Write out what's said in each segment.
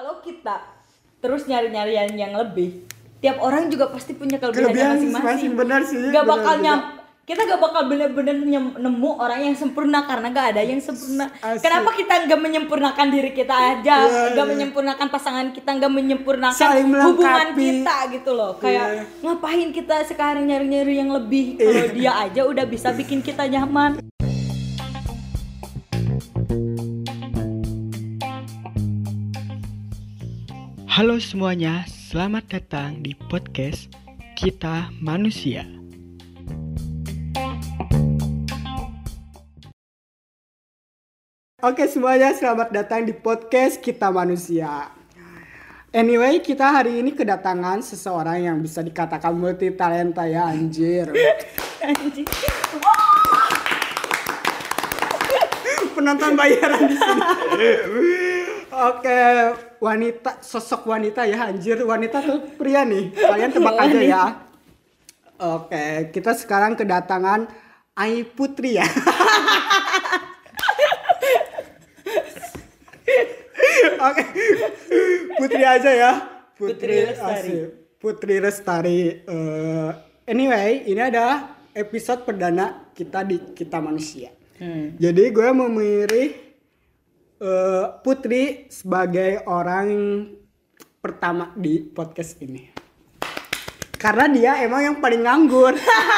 Kalau kita terus nyari-nyari yang lebih, tiap orang juga pasti punya kelebihannya masing-masing. Benar sih. Kita gak bakal bener-bener nemu orang yang sempurna karena gak ada yang sempurna. Asik. Kenapa kita gak menyempurnakan diri kita aja, gak menyempurnakan pasangan kita, gak menyempurnakan hubungan kita gitu loh. Kayak ngapain kita sekarang nyari-nyari yang lebih kalau dia aja udah bisa bikin kita nyaman. Halo semuanya, selamat datang di podcast Kita Manusia. Oke semuanya, selamat datang di podcast Kita Manusia. Anyway, kita hari ini kedatangan seseorang yang bisa dikatakan multi talenta ya, anjir. Anjing. Penonton bayaran di sini. Oke, sosok wanita ya, anjir. Wanita tuh pria nih. Kalian tebak aja ya. Oke, kita sekarang kedatangan Ai Putri ya. Oke, Putri aja ya. Putri Lestari. Putri Lestari. Anyway, ini ada episode perdana kita di Kita Manusia. Jadi gue memilih Putri sebagai orang pertama di podcast ini. Karena dia emang yang paling nganggur.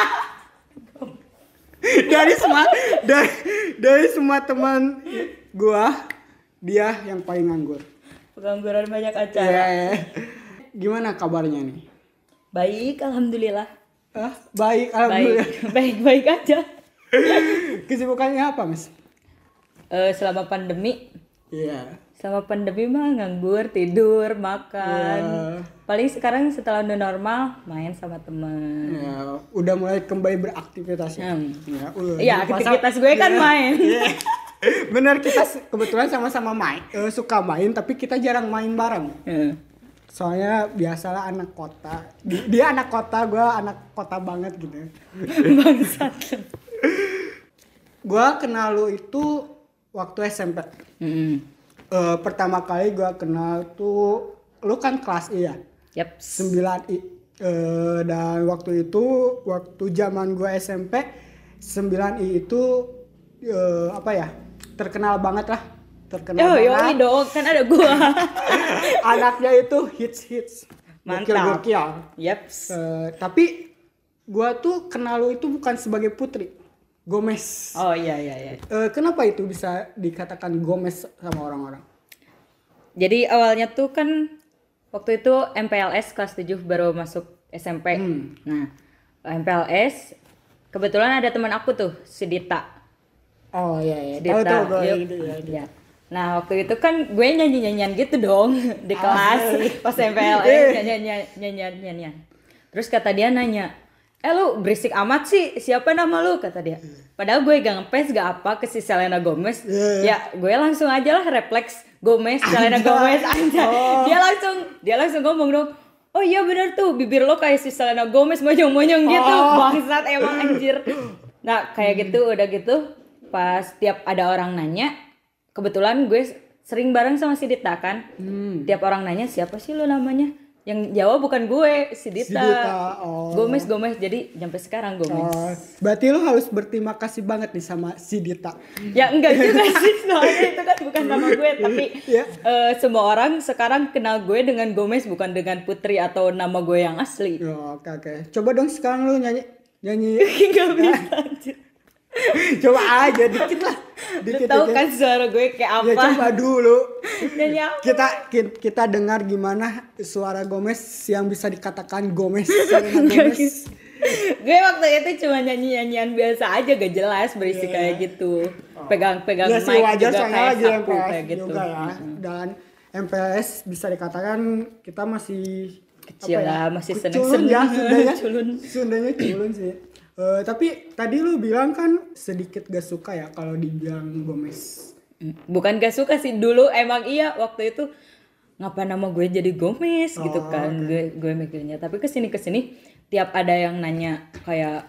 dari semua teman gue, dia yang paling nganggur. Pengangguran banyak acara. Gimana kabarnya nih? Baik, alhamdulillah. Baik, alhamdulillah. Baik aja. Kesibukannya apa, Mas? Selama pandemi. Iya. Selama pandemi mah nganggur, tidur, makan. Paling sekarang setelah udah normal, main sama temen. Ya, udah mulai kembali beraktivitas ya. Iya, aktivitas gue kan main. Bener, kita kebetulan sama-sama suka main, tapi kita jarang main bareng. Soalnya biasalah anak kota. Dia anak kota, gue anak kota banget gitu. Bangsat. Gue kenal lu itu waktu SMP. Pertama kali gue kenal tuh, lu kan kelas I ya? Yap. 9I. Dan waktu itu, waktu zaman gue SMP, 9I itu terkenal banget lah. Terkenal banget. Yoi dong, kan ada gue. Anaknya itu hits. Mantap. Gokil. Yaps. Tapi gue tuh kenal lu itu bukan sebagai Putri. Gomez. Oh iya. Kenapa itu bisa dikatakan Gomez sama orang-orang? Jadi awalnya tuh kan waktu itu MPLS kelas 7 baru masuk SMP. Nah, MPLS kebetulan ada teman aku tuh, si Dita. Oh iya. Dita. Tahu Ya. Nah, waktu itu kan gue nyanyi-nyanyian gitu dong di kelas pas MPLS nyanyi-nyanyian. Terus kata dia nanya, lu berisik amat sih, siapa nama lu? Kata dia. Padahal gue gak ngepes gak apa ke si Selena Gomez. Ya gue langsung aja lah refleks Gomez, Selena Gomez aja. Dia langsung ngomong dong, oh iya bener tuh, bibir lo kayak si Selena Gomez monyong-monyong gitu. Bangsat emang anjir. Nah kayak gitu, udah gitu pas tiap ada orang nanya, kebetulan gue sering bareng sama si Dita kan. Tiap orang nanya siapa sih lu namanya, yang jawab bukan gue, si Dita. Gomez, jadi sampai sekarang Gomez. Berarti lo harus berterima kasih banget nih sama si Dita. Ya enggak juga sih, soalnya itu kan bukan nama gue, tapi semua orang sekarang kenal gue dengan Gomez, bukan dengan Putri atau nama gue yang asli. Oke. Coba dong sekarang lo nyanyi. Gak bisa anjir. Coba aja dikit lah. Lu tahu kan suara gue kayak apa? Ya coba dulu. Nyanyi apa? Kita dengar gimana suara Gomez yang bisa dikatakan Gomez. Gomez. Gue waktu itu cuma nyanyian biasa aja, gak jelas berisi kayak gitu. Pegang-pegang ya, mic wajar, juga kayak sapu kayak gitu. Juga ya. Dan MPLS bisa dikatakan kita masih kecil lah, masih seneng-seneng ya, Sundanya culun sih. Tapi tadi lu bilang kan sedikit gak suka ya kalau dibilang Gomez. Bukan gak suka sih, dulu emang iya waktu itu ngapa nama gue jadi Gomez gitu kan. Gue mikirnya, tapi kesini tiap ada yang nanya kayak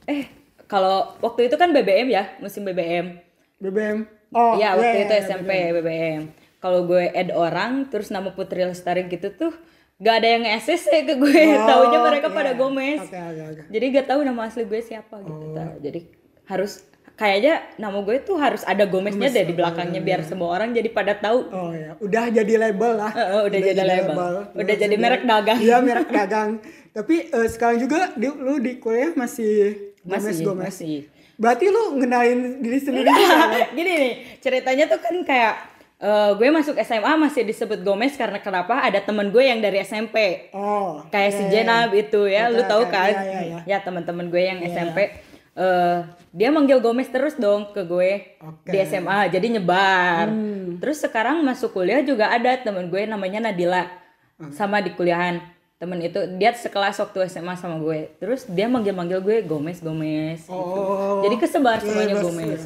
kalau waktu itu kan BBM ya, musim BBM. BBM. Iya waktu itu SMP BBM. kalau gue add orang terus nama Putri Lestari gitu tuh gak ada yang nge-SSC ke gue. Taunya mereka pada Gomez. Jadi gak tahu nama asli gue siapa gitu. Jadi harus kayaknya nama gue tuh harus ada Gomeznya deh di belakangnya biar semua orang jadi pada tahu. Oh ya, udah jadi label lah. Udah jadi label. Udah jadi merek dagang. Iya, merek dagang. Tapi sekarang juga lu di kuliah masih Gomez. Masih. Berarti lu ngenalin diri sendiri. Gini nih, ceritanya tuh kan kayak gue masuk SMA masih disebut Gomez karena kenapa? Ada temen gue yang dari SMP. Oh. Kayak si Jenab itu ya, lu tahu kan? Iya. Ya teman-teman gue yang SMP. Dia manggil Gomez terus dong ke gue di SMA, jadi nyebar. Terus sekarang masuk kuliah juga ada temen gue namanya Nadila, sama di kuliahan. Temen itu dia sekelas waktu SMA sama gue. Terus dia manggil gue Gomez. Jadi kesebar semuanya Gomez.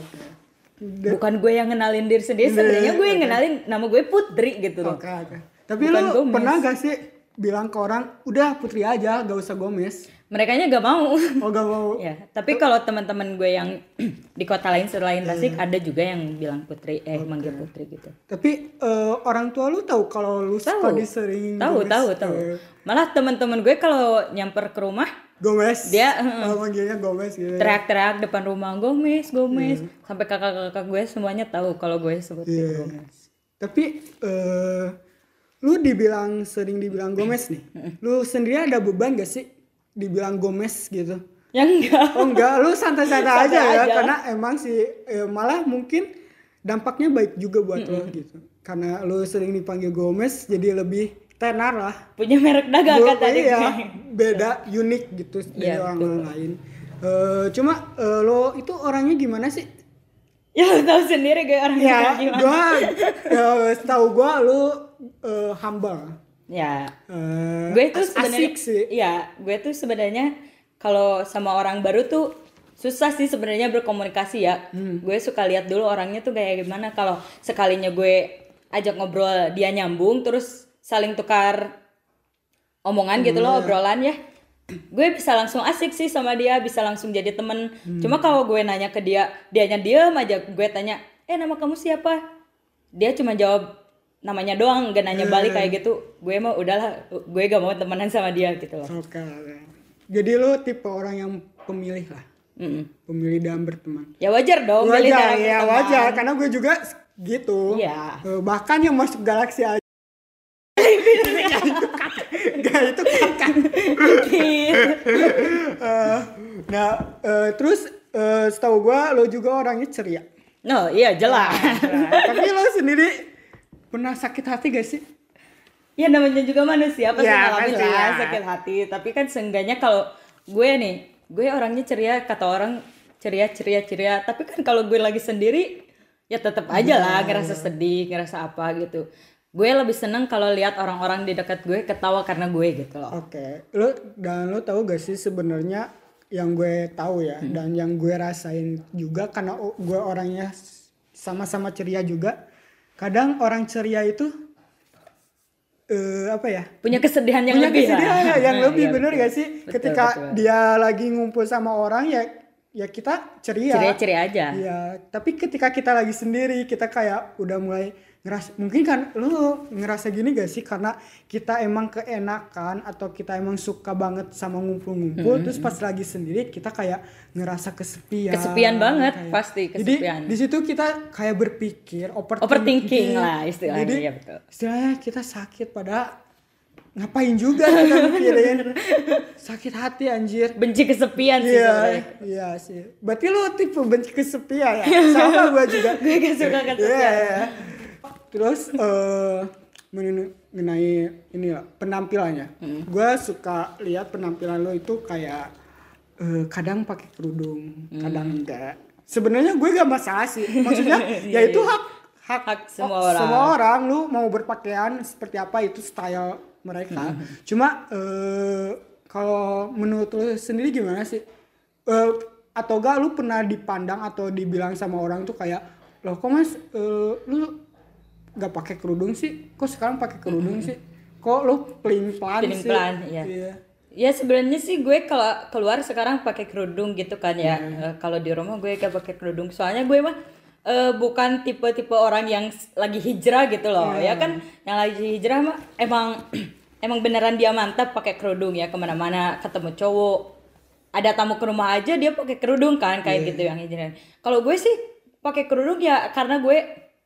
Bukan gue yang ngenalin diri sendiri, sebenarnya gue yang ngenalin nama gue Putri gitu loh. Tapi bukan lu Gomez. Pernah gak sih bilang ke orang, udah Putri aja, gak usah Gomez? Merekanya gak mau. Oh gak mau. Ya, tapi kalau teman-teman gue yang di kota lain selain Tasik ada juga yang bilang Putri, manggil Putri gitu. Tapi orang tua lu tahu kalau lu suka disering Tahu. Malah teman-teman gue kalau nyamper ke rumah Gomez. Dia manggilnya Gomez gitu. Teriak-teriak depan rumah Gomez. Sampai kakak-kakak gue semuanya tahu kalau gue sebutin Gomez. Tapi lu sering dibilang Gomez nih. Lu sendiri ada beban gak sih dibilang Gomez gitu? Ya enggak. Oh enggak, lu santai-santai aja ya. Karena emang sih malah mungkin dampaknya baik juga buat lo gitu. Karena lu sering dipanggil Gomez jadi lebih tenar lah. Punya merek dagang kan tadi. Iya, beda, unik gitu dari orang lain. Cuma lo itu orangnya gimana sih? Ya lu tahu sendiri gue orangnya gimana. Setahu gue lu humble. Ya. Gue tuh sebenarnya asik sih. Iya, gue tuh sebenarnya kalau sama orang baru tuh susah sih sebenarnya berkomunikasi ya. Gue suka lihat dulu orangnya tuh kayak gimana. Kalau sekalinya gue ajak ngobrol dia nyambung terus saling tukar omongan gitu loh, obrolan ya. Gue bisa langsung asik sih sama dia, bisa langsung jadi temen. Cuma kalau gue nanya ke dia, dianya diem aja. Gue tanya, nama kamu siapa? Dia cuma jawab namanya doang, gak nanya balik kayak gitu. Gue mah udahlah, gue gak mau temenan sama dia gitu loh. Oke. Jadi lo tipe orang yang pemilih lah. Pemilih dalam berteman. Ya wajar dong. Wajar. Karena gue juga gitu. Iya. Bahkan yang masuk galaksi aja. Gak itu kakak. Terus setahu gue lo juga orangnya ceria. No, iya jelas. Tapi lo sendiri pernah sakit hati gak sih? Ya namanya juga manusia pasti ngalamin lah sakit hati. Tapi kan seenggaknya kalau gue orangnya ceria, kata orang ceria. Tapi kan kalau gue lagi sendiri ya tetap aja lah ngerasa sedih, ngerasa apa gitu. Gue lebih seneng kalau lihat orang-orang di dekat gue ketawa karena gue gitu loh. Oke. Lo tahu gak sih sebenarnya yang gue tahu ya dan yang gue rasain juga karena gue orangnya sama-sama ceria juga. Kadang orang ceria itu punya kesedihan yang lebih lah. Yang lebih bener gak sih? Betul, ketika dia lagi ngumpul sama orang ya kita ceria aja. Iya, tapi ketika kita lagi sendiri kita kayak udah mulai ngerasa, mungkin kan lu ngerasa gini gak sih karena kita emang keenakan atau kita emang suka banget sama ngumpul-ngumpul terus pas lagi sendiri kita kayak ngerasa kesepian banget kayak, pasti jadi kesepian. di situ kita kayak berpikir overthinking lah istilahnya. Jadi ya, betul. Istilahnya kita sakit pada ngapain juga kita mikirin sakit hati anjir, benci kesepian sih sebenarnya. Iya sih, berarti lu tipe benci kesepian ya? Sama gua juga. Gue gak suka kesepian. Terus mengenai ini lah, penampilannya, gue suka lihat penampilan lo itu kayak kadang pakai kerudung, kadang enggak. Sebenarnya gue gak masalah sih, maksudnya ya itu hak semua orang. Lu mau berpakaian seperti apa itu style mereka. Cuma kalau menurut lo sendiri gimana sih? Atau gak lu pernah dipandang atau dibilang sama orang tuh kayak, loh kok mas lu gak pakai kerudung sih, kok sekarang pakai kerudung sih, kok lo pelin-pelan sih. Iya. Ya sebenarnya sih gue kalau keluar sekarang pakai kerudung gitu kan ya. Kalau di rumah gue gak pakai kerudung, soalnya gue mah bukan tipe-tipe orang yang lagi hijrah gitu loh. Ya kan yang lagi hijrah mah emang beneran dia mantap pakai kerudung ya kemana-mana, ketemu cowok, ada tamu ke rumah aja dia pakai kerudung kan kayak gitu yang hijrah. Kalau gue sih pakai kerudung ya karena gue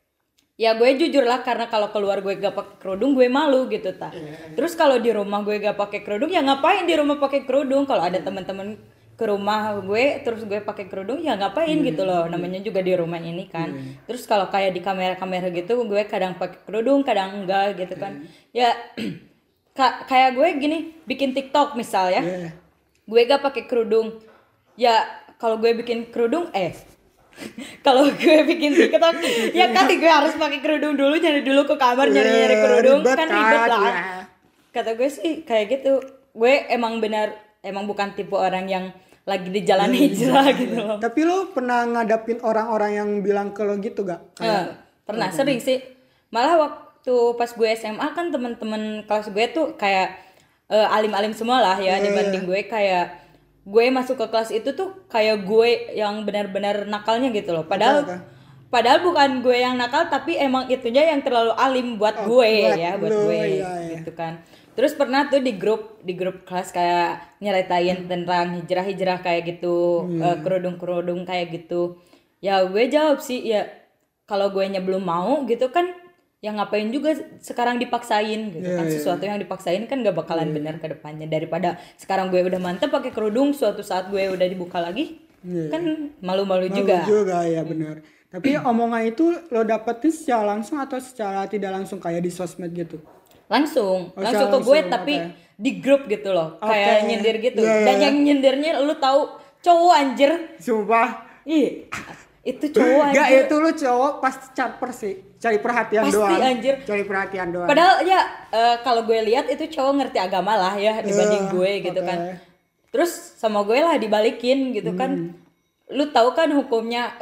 jujur lah, karena kalau keluar gue gak pakai kerudung gue malu gitu ta. Terus kalau di rumah gue gak pakai kerudung ya ngapain di rumah pakai kerudung? Kalau ada teman-teman ke rumah gue terus gue pakai kerudung ya ngapain gitu loh, namanya juga di rumah ini kan. Terus kalau kayak di kamera-kamera gitu gue kadang pakai kerudung kadang enggak gitu kan. Ya kayak gue gini bikin TikTok misal ya, gue gak pakai kerudung ya. Kalau gue bikin kerudung kalau gue bikin TikTok ya kali gue harus pakai kerudung dulu, nyari dulu ke kamar nyari kerudung kan ribet lah. Kata gue sih kayak gitu. Gue emang bukan tipe orang yang lagi di jalan hijrah gitu loh. Tapi lo pernah ngadapin orang-orang yang bilang ke lo gitu gak? Pernah, sering sih. Malah waktu pas gue SMA kan teman-teman kelas gue tuh kayak alim-alim semua lah ya, dibanding gue. Kayak gue masuk ke kelas itu tuh kayak gue yang benar-benar nakalnya gitu loh. Padahal bukan gue yang nakal, tapi emang itunya yang terlalu alim buat gue gitu kan. Terus pernah tuh di grup kelas kayak nyeritain tentang hijrah kayak gitu, kerudung kayak gitu. Ya gue jawab sih ya kalau gue nya belum mau gitu kan, ya ngapain juga sekarang dipaksain gitu kan. Sesuatu yang dipaksain kan gak bakalan benar ke depannya. Daripada sekarang gue udah mantep pakai kerudung, suatu saat gue udah dibuka lagi kan malu-malu juga. Ya benar. Tapi omongan itu lo dapetin secara langsung atau secara tidak langsung kayak di sosmed gitu? Langsung ke gue tapi di grup gitu loh, kayak nyindir gitu. Dan yang nyindirnya lu tahu cowok anjir. Sumpah. Iya. Itu cowok anjir. Gak, itu lu cowok pasti caper sih. Cari perhatian pasti doang. Anjir. Cari perhatian doang. Padahal ya kalau gue lihat itu cowok ngerti agama lah ya dibanding gue gitu kan. Terus sama gue lah dibalikin gitu kan. Lu tahu kan hukumnya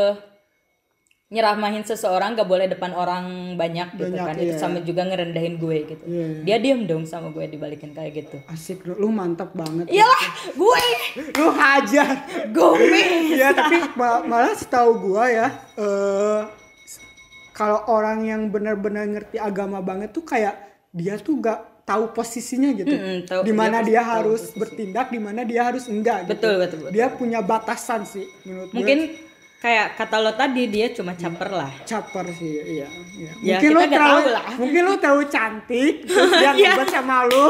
nyeramahin seseorang gak boleh depan orang banyak gitu kan. Itu sama juga ngerendahin gue gitu. Dia diem dong sama gue dibalikin kayak gitu. Asik, lu mantap banget. Iyalah, gue. Lu hajar. Gomis. Ya tapi malah setahu gue ya, kalau orang yang benar-benar ngerti agama banget tuh kayak dia tuh gak tahu posisinya gitu. Di mana dia harus bertindak, di mana dia harus enggak gitu. Betul. Dia punya batasan sih menurut gue. Mungkin kayak kata lo tadi dia cuma caper lah. Caper sih, iya. Ya, mungkin kita tahu lah. Mungkin lo terlalu cantik, terus dia ngebat sama lo.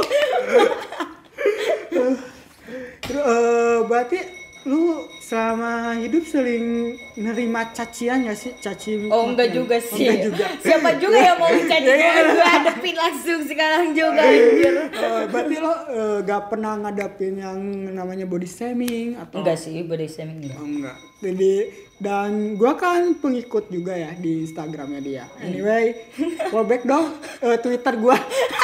Berarti lu selama hidup sering nerima cacian gak sih? Caci? Oh enggak juga sih. Enggak juga. Siapa juga yang mau caci gue hadapin langsung sekarang juga anjir. Berarti lo gak pernah ngadapin yang namanya body shaming atau? Enggak sih, body shaming enggak. Oh, enggak. Jadi dan gua kan pengikut juga ya di Instagramnya dia. Anyway, follow back dong Twitter gua.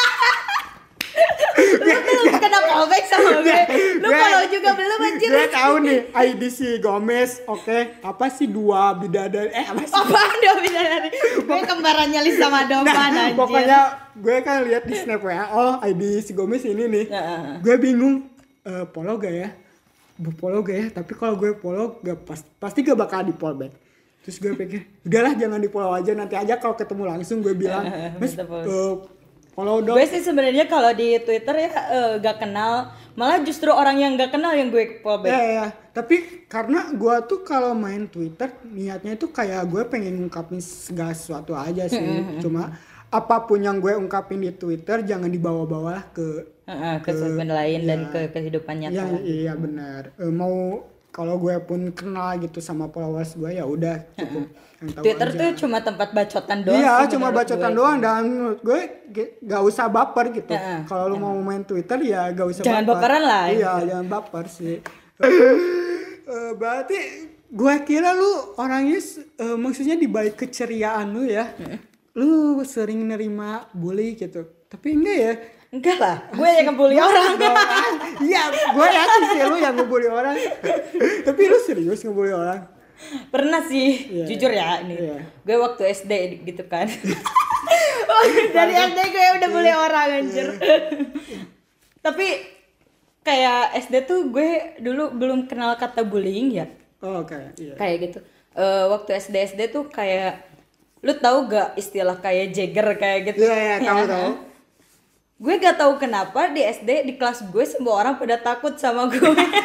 Lu kena callback sama gue. Lu follow juga belum anjir. Gue tahu nih ID si Gomez. Oke. Apa sih dua bidadari? Apa sih? Apaan dua bidadari? Gue kembarannya Lisa Madoman anjir. Pokoknya gue kan lihat di snap ya. Oh, ID si Gomez ini nih. Gue bingung follow gak ya? Follow gak ya? Tapi kalau gue follow gak pasti gak bakal di follow back. Terus gue pikir, udahlah jangan di follow aja, nanti aja kalau ketemu langsung gue bilang, Mas follow dong. Gue sih sebenarnya kalau di Twitter ya gak kenal, malah justru orang yang gak kenal yang gue follow back. Ya. Tapi karena gue tuh kalau main Twitter niatnya itu kayak gue pengen ngungkapin segala sesuatu aja sih. Cuma apapun yang gue ungkapin di Twitter jangan dibawa-bawa ke kehidupan lain dan ke kehidupan nyata. Iya benar. Mau kalau gue pun kenal gitu sama followers gue ya udah cukup. Twitter aja. Tuh cuma tempat bacotan doang. Iya, cuma bacotan doang dan gue gak usah baper gitu. Kalau lu mau main Twitter ya gak usah jangan baperan lah. Iya, jangan baper sih. Berarti gue kira lu orangnya maksudnya di balik keceriaan lu ya. Lu sering nerima bully gitu. Tapi enggak ya? Enggak lah, gue yang ngebully orang. Iya, gue yakin sih lu yang ngebully orang. Tapi lu serius ngebully orang? Pernah sih, jujur ya ini. Gue waktu SD gitu kan. Dari SD gue udah bully orang anjir. Tapi kayak SD tuh gue dulu belum kenal kata bullying ya. Oh, oke. Iya. Kayak gitu. waktu SD tuh kayak lu tahu gak istilah kayak Jagger kayak gitu? Iya, tahu. Gue gak tahu kenapa di SD di kelas gue semua orang pada takut sama gue.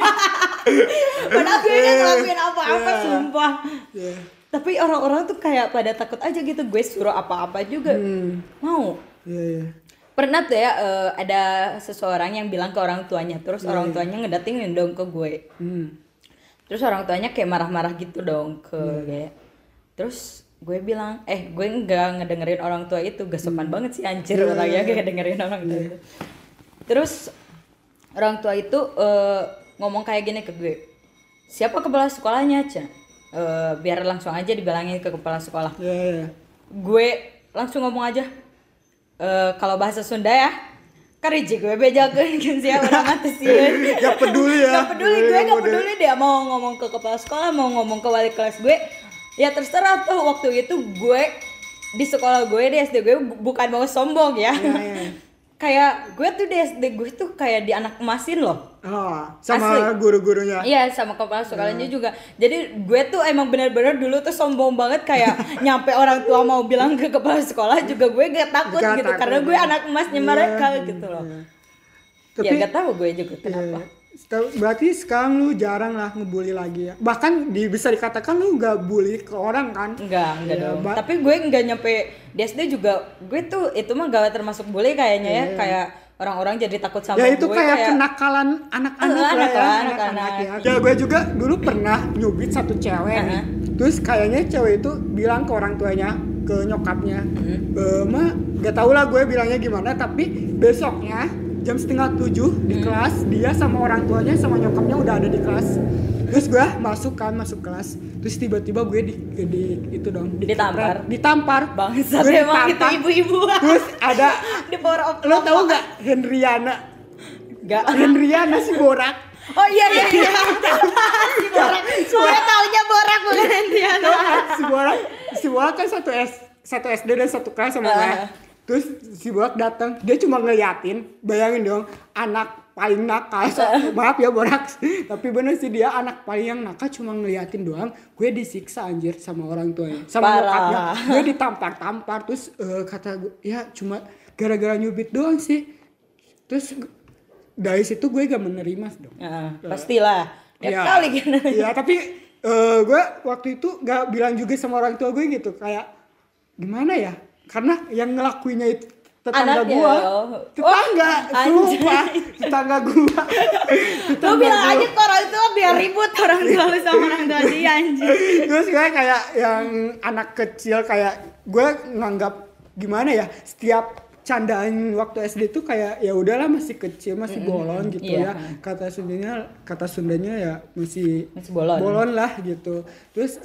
Padahal gue gak ngelakuin apa-apa, sumpah. Tapi orang-orang tuh kayak pada takut aja gitu. Gue suruh apa-apa juga mau. Pernah tuh ya ada seseorang yang bilang ke orang tuanya, terus orang tuanya ngedatengin dong ke gue. Terus orang tuanya kayak marah-marah gitu dong ke gue. Terus gue bilang, gue nggak ngedengerin orang tua itu, gak sopan banget sih anjir orangnya gak dengerin orang tua itu. Terus orang tua itu ngomong kayak gini ke gue, siapa kepala sekolahnya Ca? Biar langsung aja dibilangin ke kepala sekolah. Gue langsung ngomong aja, kalau bahasa Sunda ya, kariji gue bejakeun siapa orang mati sih. Gak peduli ya. Gak peduli, gue gak peduli dia mau ngomong ke kepala sekolah, mau ngomong ke wali kelas gue. Ya terserah tuh, waktu itu gue di sekolah gue, di SD gue bukan mau sombong ya. Kayak gue tuh di SD gue tuh kayak di anak emasin loh. Sama guru-gurunya. Iya, sama kepala sekolahnya juga. Jadi gue tuh emang benar-benar dulu tuh sombong banget, kayak nyampe orang tua mau bilang ke kepala sekolah juga gue gak takut gitu, karena gue anak emasnya mereka gitu loh. Tapi, ya gak tahu gue juga kenapa. Berarti sekarang lu jarang lah ngebully lagi ya. Bahkan bisa dikatakan lu gak bully ke orang kan? Enggak dong. Tapi gue enggak nyampe di SD juga. Gue tuh itu mah gak termasuk bully kayaknya ya. Kayak orang-orang jadi takut sama gue. Ya itu kayak kenakalan anak-anak anak-anak ya. Ya gue juga dulu pernah nyubit satu cewek nih. Terus kayaknya cewek itu bilang ke orang tuanya, ke nyokapnya, Ma gak tau lah gue bilangnya gimana, tapi besoknya jam 6:30 di kelas, dia sama orang tuanya sama nyokapnya udah ada di kelas. Terus gue masuk kelas, terus tiba-tiba gue ditampar. Bangsat emang itu ibu-ibu. Terus ada di power of lo tau gak Henriana? Gak. Henriana si Borak. Oh iya. Si Borak. Gue taunya Borak bukan Henriana. Si Borak kan satu SD dan satu kelas sama gue. Terus si Borak datang, dia cuma ngeliatin, bayangin dong, anak paling nakal, maaf ya Borak, tapi bener sih dia anak paling yang nakal, cuma ngeliatin doang. Gue disiksa anjir sama orang tuanya, sama bokapnya, gue ditampar-tampar. Terus kata gue, ya cuma gara-gara nyubit doang sih. Terus dari situ gue gak menerima dong. Pastilah, kali kan. Iya, tapi gue waktu itu gak bilang juga sama orang tua gue gitu, kayak gimana ya? Karena yang ngelakuinnya itu tetangga gua. Tetangga gua. Lu bilang aja ke orang tua biar ribut orang tua lu sama orang tua dia anjir. Terus gue kayak yang anak kecil, kayak gue nganggap gimana ya, setiap candaan waktu SD tuh kayak ya udahlah masih kecil, masih bolon gitu ya. Kata Sundanya ya masih bolon lah gitu. Terus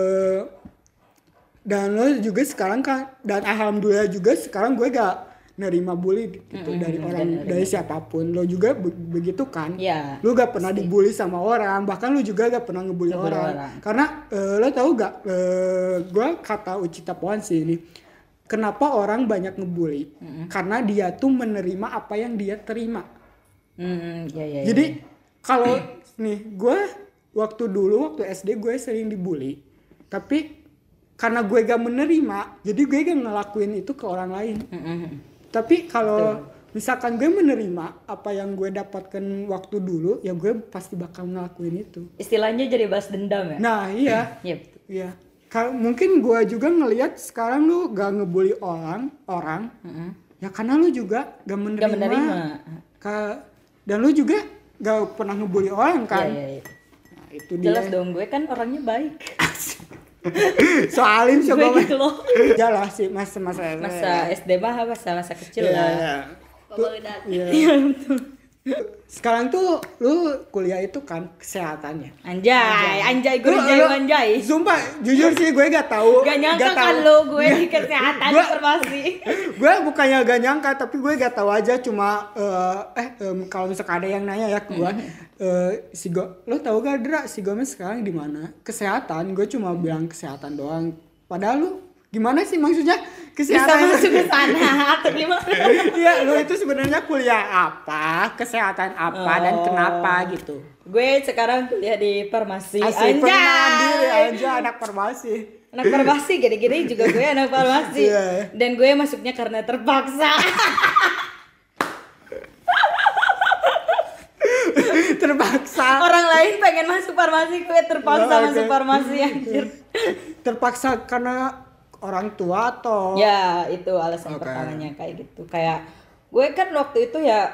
dan lo juga sekarang kan, dan alhamdulillah juga sekarang gue gak nerima bully gitu dari orang, dari siapapun. Lo juga begitu kan? Lo gak pernah dibully sama orang, bahkan lo juga gak pernah ngebully orang. Karena lo tahu gak, gue kata Ucita Pohansi ini, kenapa orang banyak ngebully? Karena dia tuh menerima apa yang dia terima. Jadi kalau nih gue waktu SD gue sering dibully, tapi karena gue gak menerima, jadi gue gak ngelakuin itu ke orang lain. Tapi kalau misalkan gue menerima apa yang gue dapatkan waktu dulu, ya gue pasti bakal ngelakuin itu. Istilahnya jadi balas dendam ya? Nah iya. Iya. Mungkin gue juga ngelihat sekarang lu gak ngebully orang, ya karena lu juga gak menerima. Dan lu juga gak pernah ngebully orang kan? Iya. Nah, itu jelas dia. Dong, gue kan orangnya baik. Soalin coba gitu loh. Jalah sih masa SD mah masa kecil lah. Iya betul. Sekarang tuh lu kuliah itu kan kesehatannya. Anjay gue anjay. Sumpah jujur sih gue gak tahu. Gak nyangka kan lu gue di kesehatan informasi. Gue bukannya gak nyangka, tapi gue gak tahu aja, cuma kalau misalkan ada yang nanya ya ke gue, lo tahu gak Dra si Gomez sekarang di mana? Kesehatan, gue cuma bilang kesehatan doang. Padahal lu Gimana sih maksudnya Bisa kesehatan? masuk ke sana atau gimana? Iya, lu itu sebenarnya kuliah apa, kesehatan apa, dan kenapa gitu. Gue sekarang kuliah di farmasi. Asik, mandiri Anjay. aja anak farmasi. Anak farmasi, gini-gini juga gue anak farmasi. Iya. Dan gue masuknya karena terpaksa. Terpaksa. Orang lain pengen masuk farmasi, gue terpaksa Oh, oke. masuk farmasi anjir. Terpaksa karena orang tua atau Ya, itu alasan Oke. pertamanya kayak gitu. Kayak gue kan waktu itu ya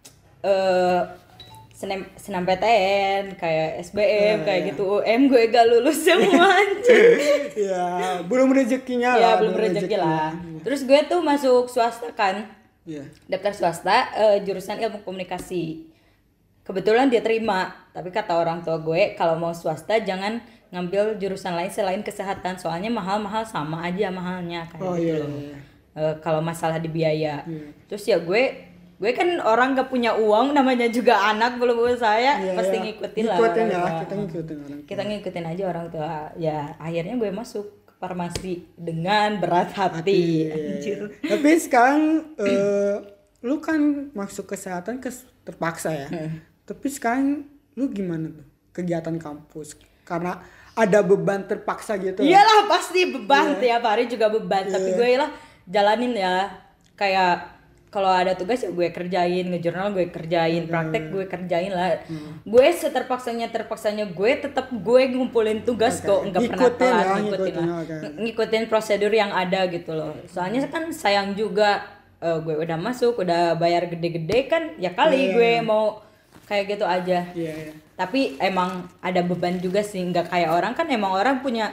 senam PTN, kayak SBM, kayak gitu. UM gue gak lulus semua anjir. ya belum rezekinya Ya, lah. belum rezeki lah. Terus gue tuh masuk swasta kan. Iya. Daftar swasta jurusan ilmu komunikasi. Kebetulan dia terima, tapi kata orang tua gue kalau mau swasta jangan ngambil jurusan lain selain kesehatan, soalnya mahal-mahal sama aja mahalnya kayak Oh gitu iya. loh. Kalau masalah di biaya. Terus ya gue kan orang gak punya uang, namanya juga anak belum saya, Iya, pasti iya. ngikutin lah. Ngikutin orang ya, tua. kita ngikutin orang tua. Kita ngikutin aja orang tua. Ya akhirnya gue masuk ke farmasi dengan berat hati. Anjir. Tapi sekarang lu kan masuk kesehatan terpaksa ya. Tapi sekarang lu gimana tuh kegiatan kampus? Karena ada beban terpaksa gitu. Iyalah pasti beban tiap hari juga beban, tapi gue lah jalanin ya. Kayak kalau ada tugas ya gue kerjain, ngejurnal gue kerjain, praktek gue kerjain lah. Gue terpaksanya gue tetap gue ngumpulin tugas kok, nggak pernah Ngikutin telat, ya, ngikutin lah. oke. Ngikutin prosedur yang ada gitu loh. Soalnya kan sayang juga gue udah masuk, udah bayar gede-gede kan, ya kali gue mau kayak gitu aja. Iya, iya. Tapi emang ada beban juga sih, nggak kayak orang kan, emang orang punya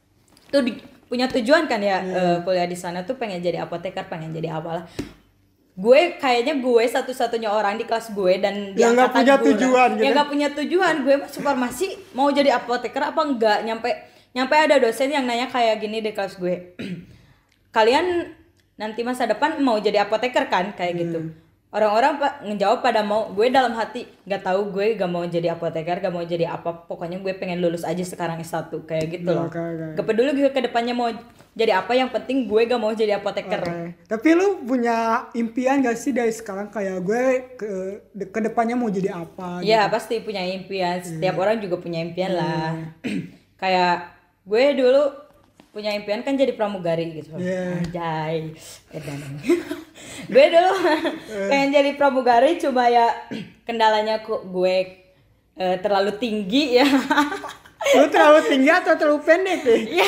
punya tujuan kan ya. Kuliah di sana tuh pengen jadi apoteker, pengen jadi apalah. Gue kayaknya gue satu-satunya orang di kelas gue dan di Yang nggak angkatan punya gue, tujuan gitu. yang nggak punya tujuan. Gue masuk farmasi mau jadi apoteker apa enggak, nyampe ada dosen yang nanya kayak gini di kelas gue. Kalian nanti masa depan mau jadi apoteker kan, kayak gitu. Orang-orang ngejawab pada mau. Gue dalam hati nggak tahu, gue gak mau jadi apoteker, gak mau jadi apa, pokoknya gue pengen lulus aja sekarang S1 kayak gitu loh. Oke. Gak peduli gue kedepannya mau jadi apa, yang penting gue gak mau jadi apoteker. Oke. Tapi lu punya impian gak sih dari sekarang kayak gue ke depannya mau jadi apa? Iya pasti punya impian, setiap orang juga punya impian lah. Kayak gue dulu punya impian kan jadi pramugari gitu. Anjay, edan. Gue dulu pengen jadi pramugari, cuma ya kendalanya gue terlalu tinggi ya. Lu terlalu tinggi atau terlalu pendek nih? Iya.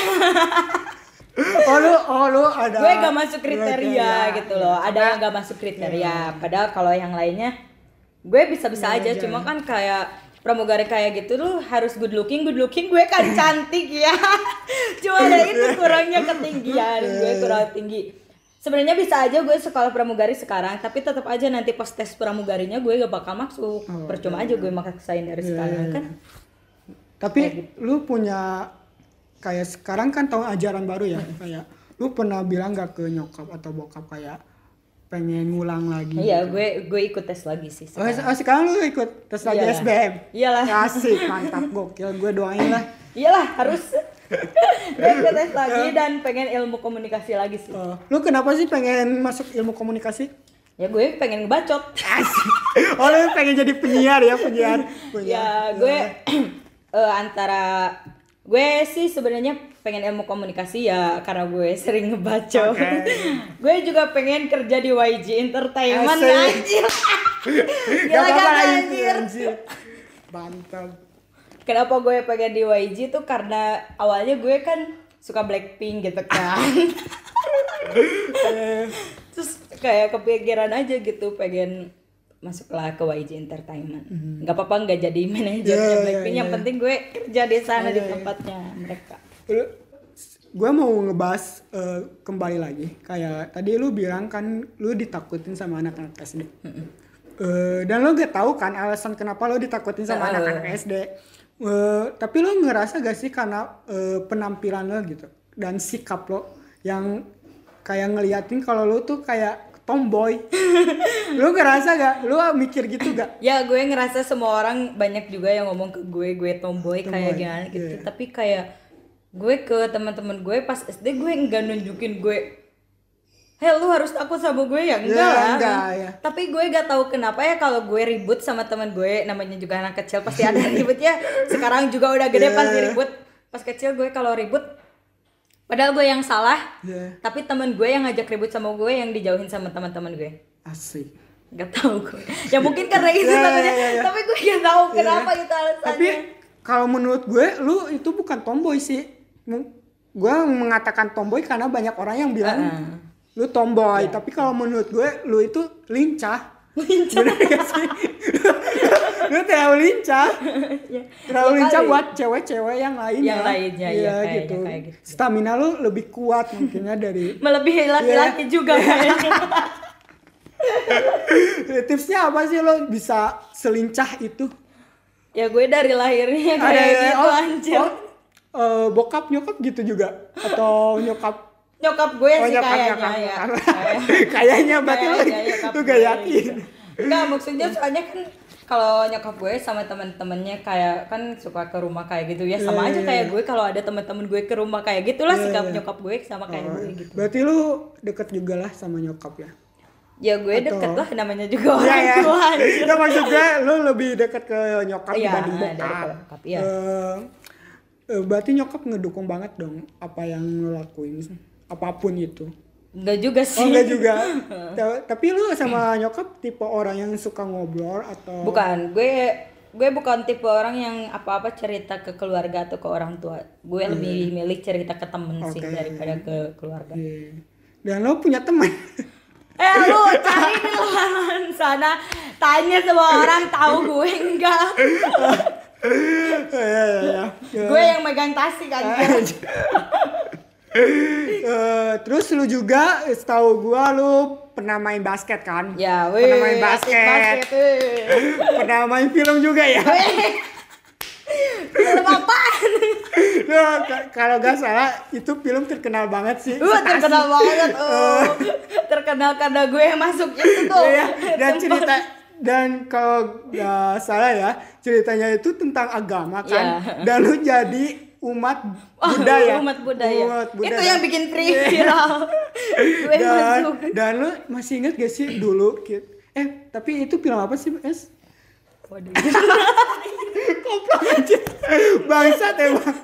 Oh lu ada. Gue gak masuk kriteria gitu loh. Ada yang gak masuk kriteria. Padahal kalau yang lainnya gue bisa-bisa aja. Cuma kan kayak pramugari kayak gitu tuh harus good looking. Gue kan cantik ya. Cuma ada itu kurangnya ketinggian. Gue kurang tinggi. Sebenarnya bisa aja gue sekolah pramugari sekarang, tapi tetap aja nanti pas tes pramugarinya gue gak bakal masuk. Percuma aja gue maksain dari sekarang kan. Tapi lu punya kayak sekarang kan tahun ajaran baru ya, kayak lu pernah bilang gak ke nyokap atau bokap kayak pengen ngulang lagi? Iya, gue ikut tes lagi sih sekarang. Sekarang lu ikut tes lagi Iyalah. SBM? Iyalah. Asik, mantap, gokil, gue doain lah. Iyalah harus. Gue ikut tes lagi dan pengen ilmu komunikasi lagi sih. Lu kenapa sih pengen masuk ilmu komunikasi? Ya gue pengen ngebacot. Asik. Oh lu pengen jadi penyiar ya, penyiar. Ya gue antara gue sih sebenarnya pengen ilmu komunikasi ya karena gue sering ngebacot. Gue juga pengen kerja di YG Entertainment. Asik. Anjir. Gak Gila apa-apa kan lah itu, anjir. anjir. Mantap. Kenapa gue pengen di YG tuh karena awalnya gue kan suka Blackpink gitu kan. Terus kayak kepikiran aja gitu pengen masuklah ke YG Entertainment. Nggak apa-apa nggak jadi manajernya Blackpink, yang penting gue kerja di sana di tempatnya mereka. Gue mau ngebahas kembali lagi kayak tadi lu bilang kan lu ditakutin sama anak-anak SD. Dan lu gak tahu kan alasan kenapa lu ditakutin sama anak-anak SD. Tapi lu ngerasa gak sih karena penampilan lo gitu dan sikap lo yang kayak ngeliatin kalau lu tuh kayak tomboy. Lu ngerasa gak? Lu mikir gitu gak? Ya gue ngerasa semua orang banyak juga yang ngomong ke gue tomboy kayak gimana gitu. Yeah. Tapi kayak gue ke teman-teman gue pas SD gue nggak nunjukin gue, hei lu harus takut sama gue ya, enggak lah. Enggak, ya. Tapi gue gak tahu kenapa ya kalau gue ribut sama teman gue, namanya juga anak kecil pasti ada ribut ya. Sekarang juga udah gede pasti ribut. Pas kecil gue kalau ribut, padahal gue yang salah, tapi teman gue yang ngajak ribut sama gue yang dijauhin sama teman-teman gue. Asik. Gak tahu gue. Ya mungkin karena itu takutnya. Tapi gue gak tahu kenapa itu alasannya. Tapi kalau menurut gue, lu itu bukan tomboy sih. Gue mengatakan tomboy karena banyak orang yang bilang lu tomboy, tapi kalau menurut gue lu itu lincah. Bener gak sih? Lu terlalu lincah. Terlalu lincah buat cewek-cewek yang lainnya. Yang lainnya ya gitu. Kayak gitu. Stamina lu lebih kuat mungkinnya dari melebihi laki-laki juga kayaknya. Tipsnya apa sih lo bisa selincah itu? Ya gue dari lahirnya kayak gitu anjir. Bokap nyokap gitu juga atau nyokap gue sih kayaknya ya. Kayaknya berarti lu gak yakin. Enggak, maksudnya soalnya kan kalau nyokap gue sama teman-temannya kayak kan suka ke rumah kayak gitu ya, sama aja kayak gue kalau ada teman-teman gue ke rumah kayak gitulah sikap nyokap gue sama kayak gue gitu. Berarti lu deket juga lah sama nyokap ya? Ya gue deket lah, namanya juga orang tua. Itu maksud gue lu lebih deket ke nyokap dibanding bokap. Iya. Berarti nyokap ngedukung banget dong apa yang lu lakuin, apapun itu. Enggak juga sih. Oh enggak juga. Tapi lu sama nyokap tipe orang yang suka ngobrol atau? Bukan, gue bukan tipe orang yang apa-apa cerita ke keluarga atau ke orang tua. Gue lebih milih cerita ke temen sih daripada ke keluarga. Dan lo punya teman? Lu cari di luar sana, tanya semua orang tahu gue enggak. Gue yang megang tasik aja. Terus lu juga setahu gua lu pernah main basket kan? Ya, pernah main basket. Pernah main film juga ya? Film apaan? Kalau gak salah itu film terkenal banget sih. Terkenal banget. Terkenal karena gue yang masuk itu tuh. Dan kalau gak salah ya, ceritanya itu tentang agama kan. Dan lu jadi umat budaya. Itu yang bikin viral. Gue masuk. Dan lu masih inget gak sih dulu? Tapi itu film apa sih, Es? Waduh. Koplok aja. Bangsat emang.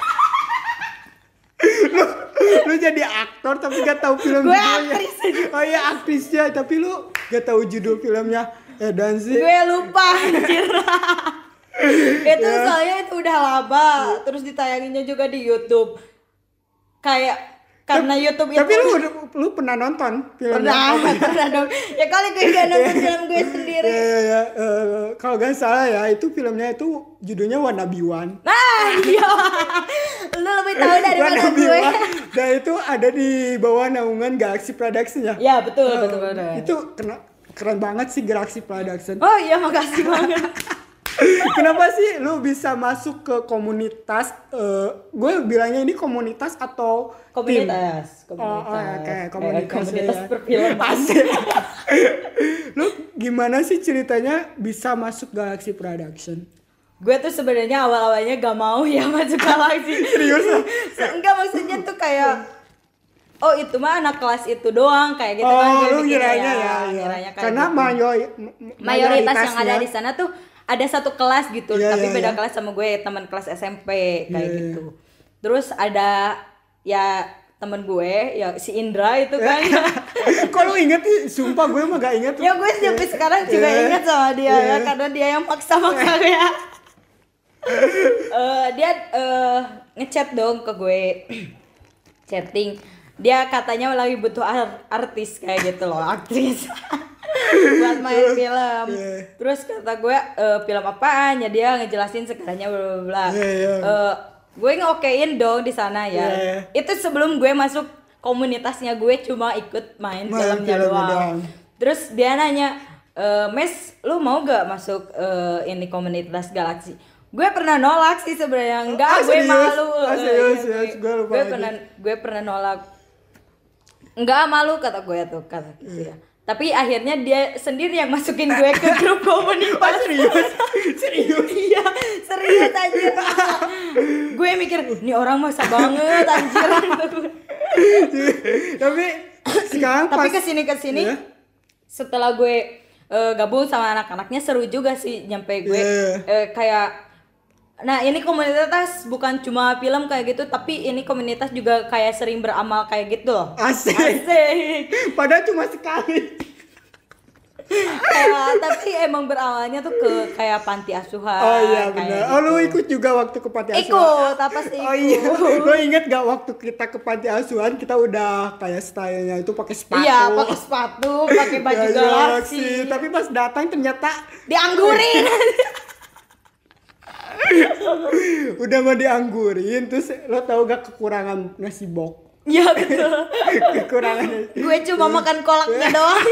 Lu jadi aktor tapi gak tahu film gue judulnya. aktris aja. Oh iya aktrisnya, tapi lu gak tahu judul filmnya. Dan sih. Gue lupa anjir. Itu soalnya itu udah lama, terus ditayanginnya juga di YouTube. Kayak karena YouTube itu. Tapi lu pernah nonton filmnya? Pernah dong. Ya kali gue gak nonton film gue sendiri. Iya. Kalau gak salah ya, itu filmnya itu judulnya Wannabe-One. Iya. Lu lebih tahu daripada gue. Dan itu ada di bawah naungan Galaxy Production ya? Iya betul. Itu keren banget sih Galaxy Production. Oh iya, makasih banget. Kenapa sih lu bisa masuk ke komunitas? Gue bilangnya ini komunitas atau komunitas. Komunitas perfilman. Lu gimana sih ceritanya bisa masuk Galaxy Production? Gue tuh sebenarnya awal-awalnya gak mau ya masuk Galaxy. Serius? Enggak, maksudnya tuh kayak itu mah anak kelas itu doang kayak gitu kan. Lu kiranya ya. Karena gitu. Mayoritas yang ada di sana tuh ada satu kelas gitu, tapi beda kelas sama gue, teman kelas SMP kayak gitu. Terus ada ya temen gue ya si Indra itu kan. Kok lu inget sih? Sumpah gue mah gak inget. Ya gue sampai sekarang juga inget sama dia ya, karena dia yang maksa-maksa gue. Dia ngechat dong ke gue. Chatting. Dia katanya lagi butuh artis kayak gitu loh, aktris. Buat main film. Terus kata gue film apaan ya, dia ngejelasin segalanya bla bla. Gue ngokein dong di sana ya. Itu sebelum gue masuk komunitasnya, gue cuma ikut main filmnya doang. Terus dia nanya, "Mes, lu mau gak masuk ini komunitas Galaxy?" Gue pernah nolak sih sebenarnya. Enggak, gue malu. Gue pernah nolak. Enggak, malu kata gue tuh, kata gitu ya. Tapi akhirnya dia sendiri yang masukin gue ke grup komunitas. Serius? Iya, serius anjir. Gue mikir, ini orang masa banget anjir. Tapi sekarang Tapi pas kesini Iya. setelah gue gabung sama anak-anaknya seru juga sih nyampe gue Iya. kayak nah ini komunitas bukan cuma film kayak gitu, tapi ini komunitas juga kayak sering beramal kayak gitu loh. Asik. Asik. Padahal cuma sekali. Kayak, tapi emang beramalnya tuh ke kayak panti asuhan. Oh iya kayak benar. gitu. Oh lu ikut juga waktu ke panti asuhan? Ikut, apa sih ikut? Oh iya. Lu inget gak waktu kita ke panti asuhan kita udah kayak stylenya itu pakai sepatu. Iya, pakai sepatu, pakai baju Ya, galaksi. Tapi pas datang ternyata Dianggurin. udah mau dianggurin, terus lo tau gak kekurangan nasi bok? Iya betul. Kekurangan. Gue cuma makan kolaknya doang.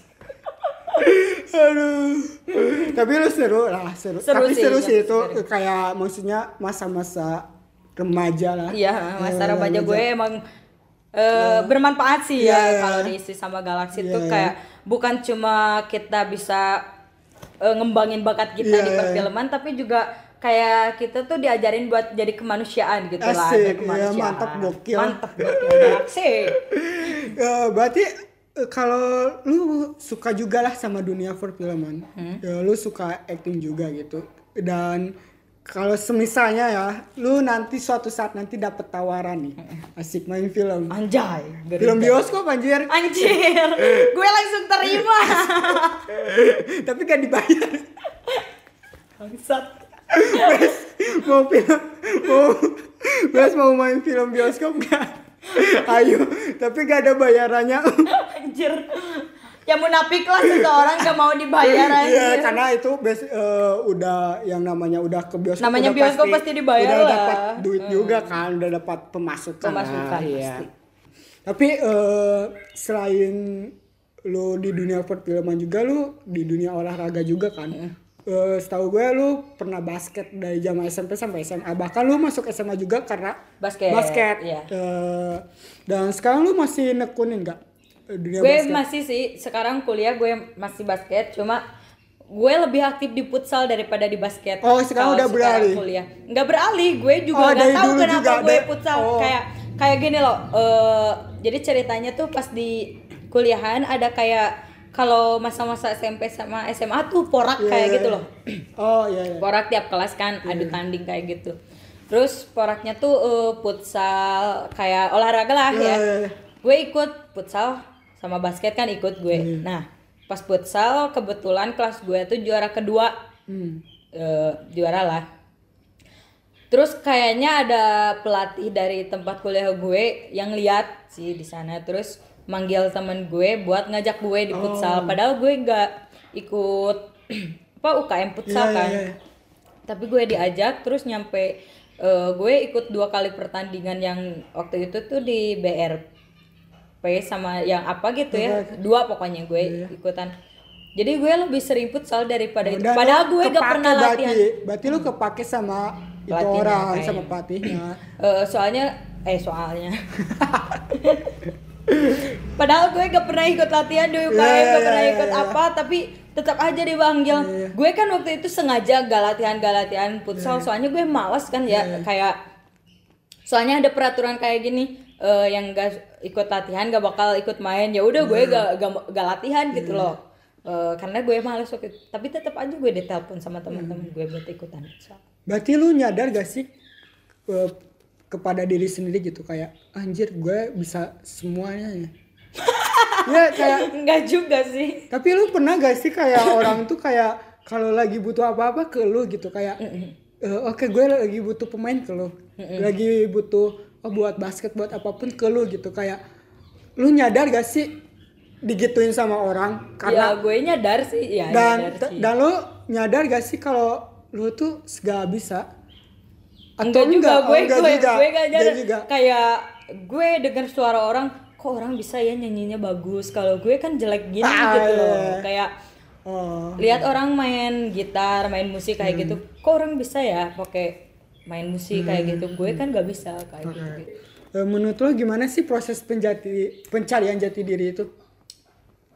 Aduh. Tapi lu seru lah, seru. Seru Tapi sih, seru iya, sih itu seru. kayak maksudnya masa-masa remaja lah. Iya, masa Eh, remaja gue emang bermanfaat sih Iya, ya iya. kalau diisi sama Galaxy Iya, tuh iya. kayak bukan cuma kita bisa ngembangin bakat kita Iya, di iya. perfilman, tapi juga kayak kita tuh diajarin buat jadi kemanusiaan gitu lah. Asik, ada iya, kemanusiaan. mantap, gokil. Mantap gokil Galaxy. Berarti kalau lu suka juga lah sama dunia perfilman, ya, lu suka acting juga gitu. Dan kalau semisalnya ya, lu nanti suatu saat nanti dapet tawaran nih, asik main film. Anjay, Film bioskop anjir. Anjir, gue langsung terima. Tapi gak dibayar. Bangsat. mau film mau main film bioskop gak? Ayo, tapi gak ada bayarannya. Anjir. Ya munafik lah seseorang gak mau dibayar Iya, anjir. karena itu udah yang namanya udah ke bioskop. Namanya udah bioskop pasti dibayar udah lah. dapat duit juga kan, udah dapat pemasukan. Pemasukan, Iya. pasti. Tapi selain lu di dunia perfilman juga, lu di dunia olahraga juga kan. Setahu gue lu pernah basket dari zaman SMP sampai SMA, bahkan lu masuk SMA juga karena Basket, iya. Dan sekarang lu masih nekunin nggak dunia Gue basket? masih sih, sekarang kuliah gue masih basket, cuma gue lebih aktif di futsal daripada di basket. Oh, sekarang Kalau udah beralih? Kuliah. Nggak beralih, gue juga Oh, nggak dari tahu dulu kenapa juga, gue dari- futsal. oh. Kayak gini loh, jadi ceritanya tuh pas di kuliahan ada kayak kalau masa-masa SMP sama SMA tuh porak Iya, kayak iya, gitu iya. loh. Oh iya, iya. Porak tiap kelas kan adu tanding kayak gitu. Terus poraknya tuh futsal kayak olahraga lah Iya, ya. iya, iya. Gue ikut futsal sama basket kan ikut gue. Nah pas futsal kebetulan kelas gue tuh juara kedua. Juara lah. Terus kayaknya ada pelatih dari tempat kuliah gue yang lihat sih di sana, terus manggil temen gue buat ngajak gue di futsal. Padahal gue nggak ikut apa UKM futsal Iya, kan. iya, iya. Tapi gue diajak, terus nyampe gue ikut 2 kali pertandingan yang waktu itu tuh di BRP sama yang apa gitu ya. 2 pokoknya gue ikutan. Jadi gue lebih sering futsal daripada itu. Dan Padahal lu gue gak kepake pernah latihan. Berarti lu kepake sama itu Pelatihnya orang, kayaknya. sama pelatihnya. Soalnya padahal gue gak pernah ikut latihan di UKM, Iya, gak pernah iya, ikut iya. apa, tapi tetap aja dipanggil. Gue kan waktu itu sengaja gak latihan futsal, soalnya gue malas kan ya, kayak soalnya ada peraturan kayak gini, yang gak ikut latihan gak bakal ikut main. Ya udah gue gak latihan gitu loh. Karena gue malas waktu itu. Tapi tetap aja gue ditelepon sama teman-teman gue buat ikutan futsal. Berarti lu nyadar gak sih kepada diri sendiri gitu, kayak anjir gue bisa semuanya ya. Ya kayak, Enggak juga sih. tapi lu pernah gak sih kayak orang tuh kayak kalau lagi butuh apa-apa ke lu gitu, kayak oke, gue lagi butuh pemain ke lu, lagi butuh buat basket buat apapun ke lu gitu, kayak lu nyadar gak sih digituin sama orang karena Ya gue nyadar sih, ya dan nyadar sih. dan lu nyadar gak sih kalau lu tuh gak bisa? Enggak juga, gue enggak juga. gue gak nyadar. Enggak juga. Kayak gue dengar suara orang, kok orang bisa ya nyanyinya bagus, kalau gue kan jelek gini gitu loh. iya. Kayak Oh. lihat orang main gitar, main musik kayak gitu, kok orang bisa ya pakai main musik kayak gitu, gue kan gak bisa kayak gitu. Menurut lo gimana sih proses pencarian jati diri itu?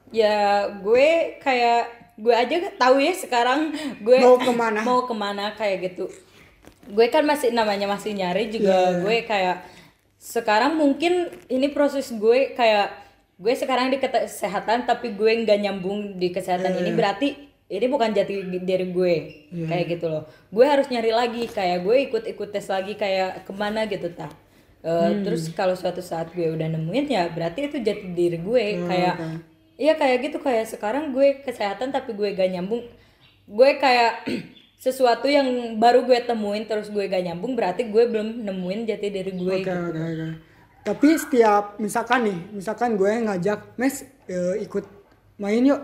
Ya gue kayak gue aja tahu ya sekarang gue mau kemana kayak gitu. Gue kan masih nyari juga. Gue kayak sekarang mungkin ini proses gue kayak gue sekarang di kesehatan tapi gue nggak nyambung di kesehatan ini, berarti ini bukan jati diri gue kayak gitu loh. Gue harus nyari lagi, kayak gue ikut tes lagi kayak kemana gitu tak. Terus kalau suatu saat gue udah nemuin ya berarti itu jati diri gue kayak iya kayak gitu. Kayak sekarang gue kesehatan tapi gue gak nyambung, gue kayak sesuatu yang baru gue temuin terus gue gak nyambung, berarti gue belum nemuin jati diri gue. Oke. Tapi setiap misalkan gue ngajak Mes ikut main yuk,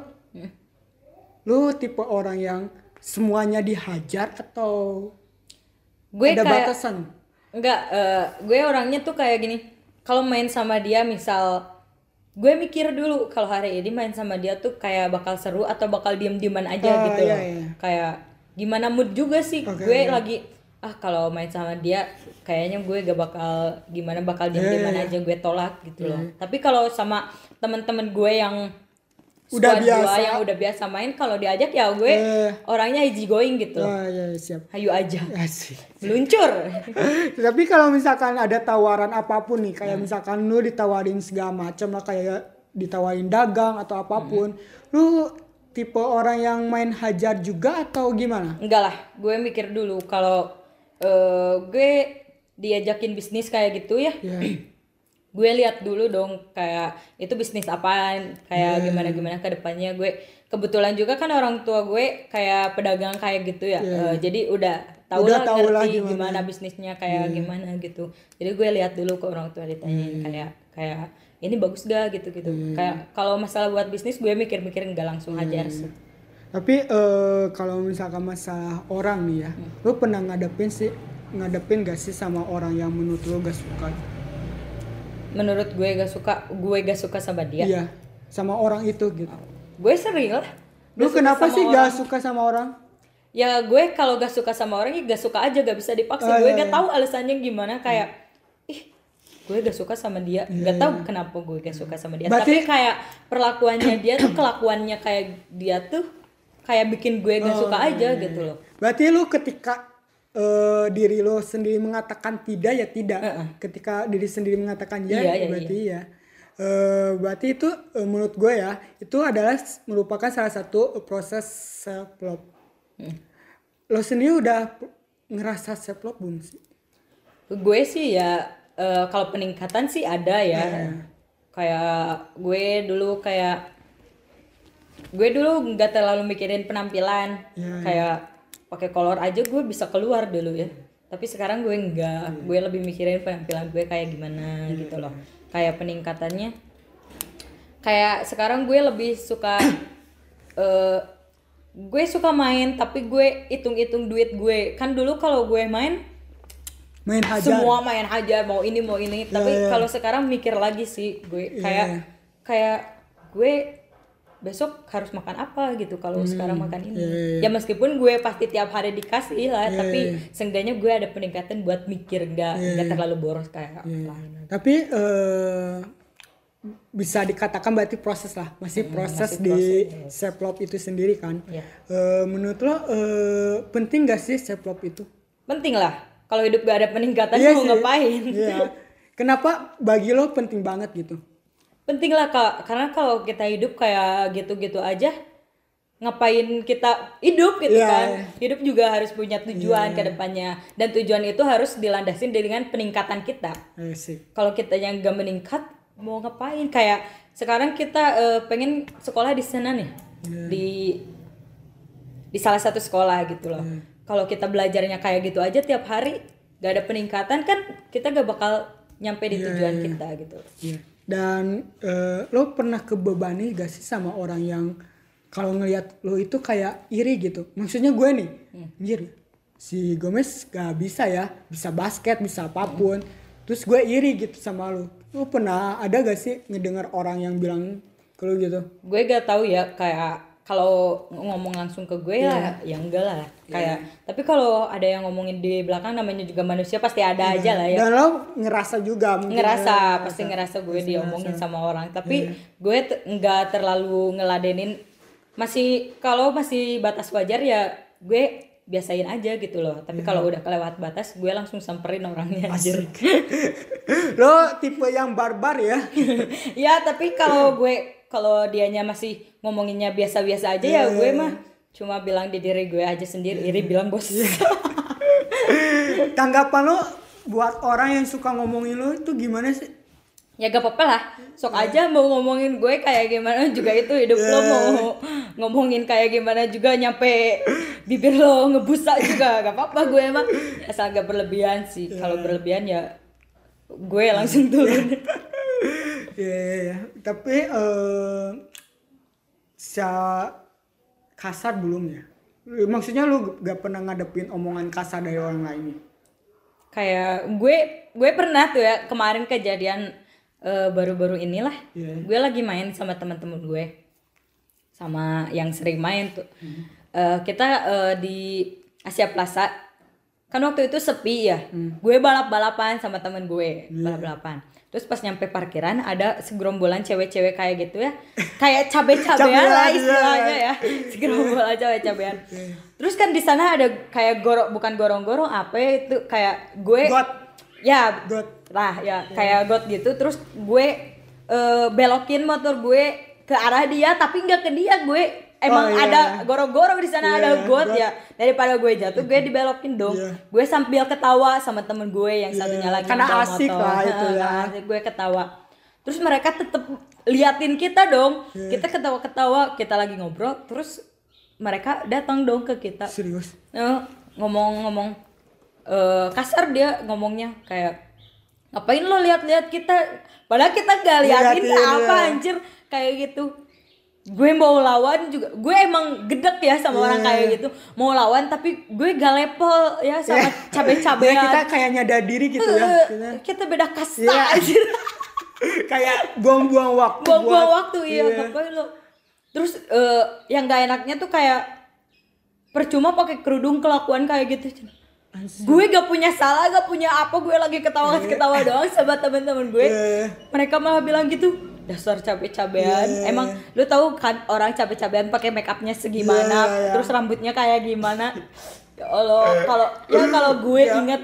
lu tipe orang yang semuanya dihajar atau gue ada kayak, batasan? Enggak, gue orangnya tuh kayak gini, kalau main sama dia misal gue mikir dulu kalau hari ini main sama dia tuh kayak bakal seru atau bakal diem-dieman aja gitu loh. Kayak gimana mood juga sih. Gue lagi kalau main sama dia kayaknya gue gak bakal diem-dieman aja, gue tolak gitu loh. Tapi kalau sama teman-teman gue yang yang udah biasa main, kalau diajak ya gue orangnya easy going gitu. Siap. Hayu aja. Asik. Meluncur. Tapi kalau misalkan ada tawaran apapun nih, kayak misalkan lu ditawarin segala macam lah, kayak ditawarin dagang atau apapun, lu tipe orang yang main hajar juga atau gimana? Enggak lah, gue mikir dulu kalau gue diajakin bisnis kayak gitu ya. Gue lihat dulu dong kayak itu bisnis apaan, kayak gimana ke depannya. Gue kebetulan juga kan orang tua gue kayak pedagang kayak gitu ya. Jadi udah tahu lah ngerti gimana bisnisnya kayak gimana gitu. Jadi gue lihat dulu ke orang tua, ditanyain kayak ini bagus gak gitu. Kayak kalau masalah buat bisnis gue mikir-mikir nggak langsung hajar sih. Tapi kalau misalkan masalah orang nih ya, lu pernah ngadepin gak sih sama orang yang menurut lu gak suka? Menurut gue gak suka sama dia. Iya, sama orang itu gitu. Gue sering lah. Lu kenapa sih gak suka sama orang? Ya gue kalau gak suka sama orang ya gak suka aja, gak bisa dipaksa. Gue gak tahu alasannya gimana, kayak gue gak suka sama dia, gak tahu kenapa gue gak suka sama dia. Tapi kayak perlakuannya dia tuh, kelakuannya kayak dia tuh kayak bikin gue gak suka aja gitu loh. Berarti lu ketika diri lo sendiri mengatakan tidak ya tidak, ketika diri sendiri mengatakan ya berarti iya. Berarti itu menurut gue ya itu adalah merupakan salah satu proses self love. Lo sendiri udah ngerasa self love belum sih? Gue sih ya kalau peningkatan sih ada ya. Kayak gue dulu nggak terlalu mikirin penampilan, kayak pakai kolor aja gue bisa keluar dulu ya. Tapi sekarang gue enggak, gue lebih mikirin penampilan gue kayak gimana gitu loh. Kayak peningkatannya, kayak sekarang gue lebih suka gue suka main tapi gue hitung-hitung duit gue. Kan dulu kalau gue main hajar, semua main hajar, mau ini tapi kalau sekarang mikir lagi sih gue kayak gue besok harus makan apa gitu kalau sekarang makan ini. Ya meskipun gue pasti tiap hari dikasih lah, tapi seenggaknya gue ada peningkatan buat mikir, nggak terlalu boros kayak lain. Tapi bisa dikatakan berarti proses lah, masih proses di self love itu sendiri kan. Menurut lo penting gak sih self love itu? Penting lah. Kalau hidup gak ada peningkatan mau ngapain? Kenapa bagi lo penting banget gitu? Penting lah Kak, karena kalau kita hidup kayak gitu-gitu aja, ngapain kita hidup gitu kan. Hidup juga harus punya tujuan ke depannya, dan tujuan itu harus dilandasin dengan peningkatan kita. Kalau kita yang gak meningkat, mau ngapain? Kayak sekarang kita pengen sekolah di sana nih, di salah satu sekolah gitu loh. Kalau kita belajarnya kayak gitu aja tiap hari, gak ada peningkatan kan, kita gak bakal nyampe di tujuan kita gitu. Dan lo pernah kebebani gak sih sama orang yang kalau ngelihat lo itu kayak iri gitu? Maksudnya gue nih, anjir si Gomez gak bisa ya, bisa basket, bisa apapun. Terus gue iri gitu sama lo. Lo pernah ada gak sih ngedengar orang yang bilang ke lo gitu? Gue gak tahu ya, kayak kalau ngomong langsung ke gue lah ya enggak lah kayak tapi kalau ada yang ngomongin di belakang namanya juga manusia pasti ada aja lah ya. Dan lo ngerasa juga mungkin Pasti ngerasa gue diomongin sama orang tapi gue nggak terlalu ngeladenin kalau masih batas wajar ya gue biasain aja gitu loh tapi kalau udah kelewat batas gue langsung samperin orangnya anjir. Lo tipe yang barbar ya. Ya tapi kalau dianya masih ngomonginnya biasa-biasa aja ya gue mah cuma bilang di diri gue aja sendiri iri bilang bos. Tanggapan lo buat orang yang suka ngomongin lo itu gimana sih? Ya gak apa-apa lah sok aja mau ngomongin gue kayak gimana juga itu hidup lo mau ngomongin kayak gimana juga nyampe bibir lo ngebusa juga gak apa-apa gue emang asal gak berlebihan sih kalau berlebihan ya gue langsung turun. Tapi kasar belum ya? Maksudnya lu gak pernah ngadepin omongan kasar dari orang lain? Kayak gue pernah tuh ya kemarin kejadian baru-baru inilah. Gue lagi main sama teman-teman gue. Sama yang sering main tuh. Kita di Asia Plaza. Kan waktu itu sepi ya. Gue balap-balapan sama temen gue. Balap-balapan. Terus pas nyampe parkiran ada segerombolan cewek-cewek kayak gitu ya. Kayak cabe-cabean lah istilahnya ya. Segerombolan cewek-cabean. Terus kan di sana ada kayak bukan gorong-gorong apa ya itu kayak gue got. Ya, got. Lah ya kayak got gitu. Terus gue belokin motor gue ke arah dia tapi nggak ke dia gue. Emang ada gorong-gorong di sana ada got ya. Daripada gue jatuh gue dibelokin dong. Gue sambil ketawa sama temen gue yang satunya lagi karena motor. asik lah itu ya. Asik gue ketawa. Terus mereka tetep liatin kita dong. Kita ketawa-ketawa, kita lagi ngobrol, terus mereka datang dong ke kita. Serius? Ngomong-ngomong kasar dia ngomongnya kayak ngapain lo lihat-lihat kita? Padahal kita gak liatin apa anjir kayak gitu. Gue mau lawan juga, gue emang gedek ya sama orang kayak gitu. Mau lawan tapi gue gak level ya sama cabe-cabean. Kita kayak nyadar diri gitu ya. Kita beda kasta aja. Kayak buang-buang waktu. Buang-buang waktu iya ngapain lo. Terus yang gak enaknya tuh kayak percuma pakai kerudung kelakuan kayak gitu. Gue gak punya salah, gak punya apa, gue lagi ketawa-ketawa doang sama temen-temen gue. Mereka malah bilang gitu. Dasar cabe-cabean. Emang lu tahu kan orang cabe-cabean pakai make upnya segimana, terus rambutnya kayak gimana. Ya Allah, kalau gue inget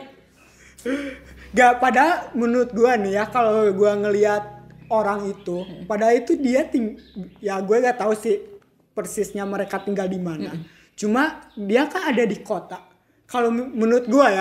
gak pada menurut gue nih ya kalau gue ngelihat orang itu, padahal itu dia ya gue gak tahu sih persisnya mereka tinggal di mana. Cuma dia kan ada di kota. Kalau menurut gue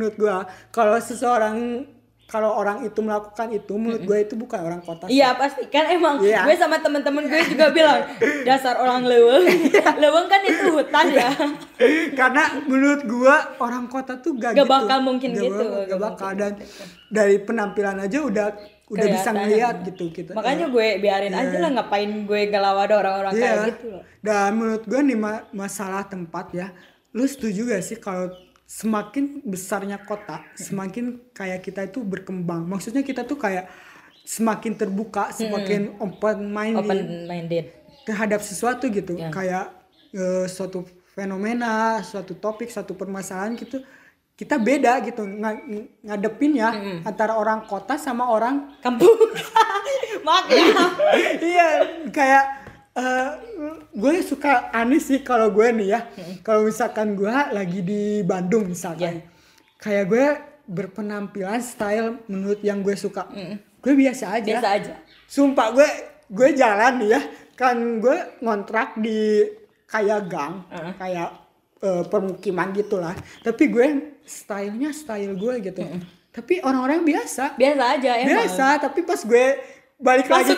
kalau orang itu melakukan itu menurut gue itu bukan orang kota. Iya pasti kan emang gue sama temen-temen gue juga bilang dasar orang leweng. Leweng kan itu hutan ya. Karena menurut gue orang kota tuh gak gitu. Bakal mungkin gitu. Gak bakal dan dari penampilan aja udah bisa ngeliat gitu kita. Makanya gue biarin aja lah ngapain gue ngelawan orang-orang kayak gitu loh. Dan menurut gue nih masalah tempat ya. Lu setuju gak sih kalau semakin besarnya kota, semakin kayak kita itu berkembang. Maksudnya kita tuh kayak semakin terbuka, semakin open minded terhadap sesuatu gitu. Kayak suatu fenomena, suatu topik, suatu permasalahan gitu. Kita beda gitu ngadepin ya antara orang kota sama orang kampung. Maaf ya. Iya, kayak gue suka aneh sih kalau gue nih ya. Kalau misalkan gue lagi di Bandung misalkan. Kayak gue berpenampilan style menurut yang gue suka. Gue biasa aja. Sumpah gue jalan nih ya. Kan gue ngontrak di kayak gang, kayak permukiman gitulah. Tapi gue stylenya style gue gitu. Tapi orang-orang biasa aja emang. Biasa, tapi pas gue balik lagi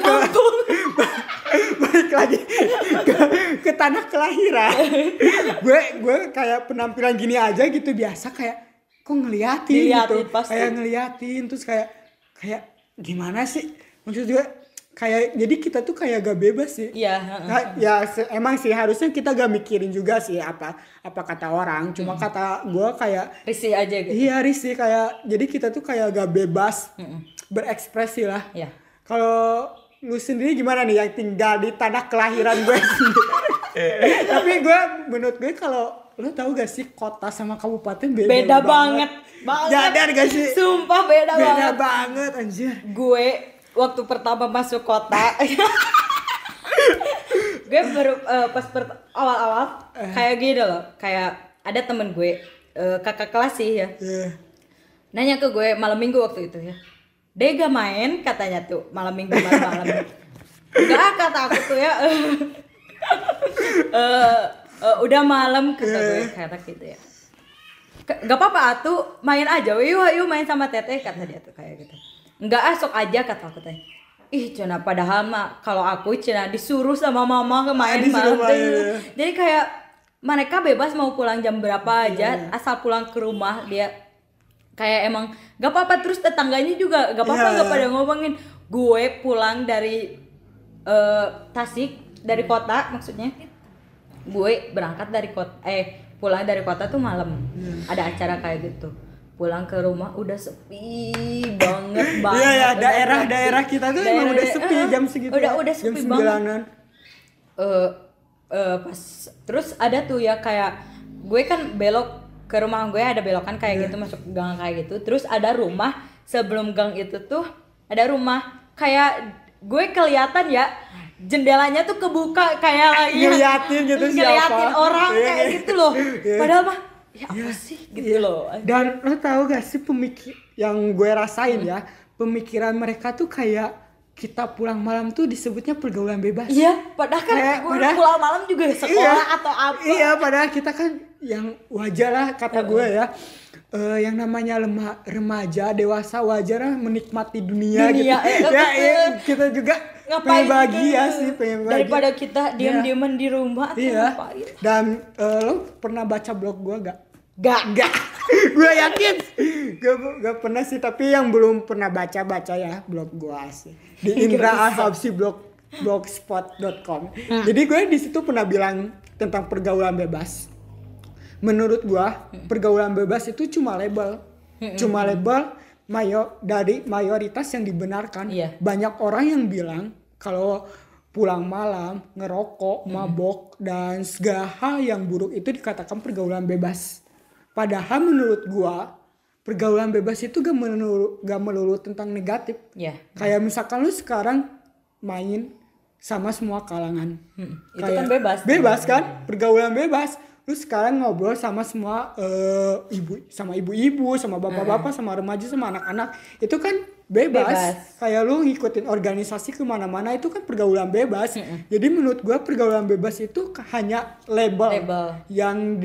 ke tanah kelahiran. gue kayak penampilan gini aja gitu biasa kayak kok ngeliatin gitu. Pasti. Kayak ngeliatin terus kayak gimana sih? Maksud gue kayak jadi kita tuh kayak gak bebas sih. Iya. Emang sih harusnya kita gak mikirin juga sih apa kata orang. Cuma kata gue kayak risih aja gitu. Iya risih kayak jadi kita tuh kayak gak bebas berekspresi lah. Iya. Kalau lu sendiri gimana nih yang tinggal di tanah kelahiran gue sendiri? Tapi menurut gue kalau lo tahu gak sih kota sama kabupaten Beda banget. Jadar gak sih? Sumpah beda Beda banget. banget anjir. Gue waktu pertama masuk kota gue baru pas awal-awal kayak gitu loh, kayak ada temen gue kakak kelas sih ya, nanya ke gue malam minggu waktu itu ya, Dega main katanya tuh malam minggu malam enggak kata aku tuh ya udah malam kata gue kata gitu ya, gak apa-apa tuh main aja, yuk main sama teteh kata dia tuh kayak gitu. Enggak, sok aja kata aku teh. Ih cina padahal mah kalau aku cina disuruh sama mama ke main malam. Jadi kayak mereka bebas mau pulang jam berapa aja, asal pulang ke rumah dia kayak emang gak apa-apa. Terus tetangganya juga gak apa-apa, gak pada ngomongin. Gue pulang dari Tasik, dari kota maksudnya. Gue berangkat dari kota, pulang dari kota tuh malam. Ada acara kayak gitu. Pulang ke rumah udah sepi banget. Iya, daerah kita tuh emang udah sepi jam segitu. Udah sepi jam banget. Pas terus ada tuh ya kayak gue kan belok ke rumah gue, ada belokan kayak gitu, masuk gang kayak gitu. Terus ada rumah sebelum gang itu tuh ada rumah kayak gue kelihatan ya jendelanya tuh kebuka kayak lagi ngeliatin gitu ngeliatin siapa orang kayak gitu loh. Padahal mah ya apa sih gitu loh. Dan lo tahu gak sih yang gue rasain ya, pemikiran mereka tuh kayak kita pulang malam tuh disebutnya pergaulan bebas. Iya, padahal kan gue pulang malam juga sekolah atau apa. Iya, padahal kita kan yang wajar lah kata gue ya. Yang namanya remaja, dewasa wajar lah menikmati dunia gitu. Kita juga ngapain pengen bahagia sih, pengen bahagia. Daripada kita diam-diaman di rumah atau ngapain. Dan lo pernah baca blog gue gak? Gak. Gue yakin gak pernah sih, tapi yang belum pernah baca ya blog gue sih di Indra Al-Habsyi blogspot.com. Jadi gue di situ pernah bilang tentang pergaulan bebas. Menurut gue pergaulan bebas itu cuma label dari mayoritas yang dibenarkan. Banyak orang yang bilang kalau pulang malam, ngerokok, mabok dan segala hal yang buruk itu dikatakan pergaulan bebas. Padahal menurut gua pergaulan bebas itu gak melulu tentang negatif. Kayak misalkan lu sekarang main sama semua kalangan. Itu kan bebas. Bebas kan? Pergaulan bebas. Lu sekarang ngobrol sama semua ibu-ibu, sama bapak-bapak, sama remaja, sama anak-anak. Itu kan bebas. Kayak lu ngikutin organisasi kemana-mana itu kan pergaulan bebas. Jadi menurut gua pergaulan bebas itu hanya label. Yang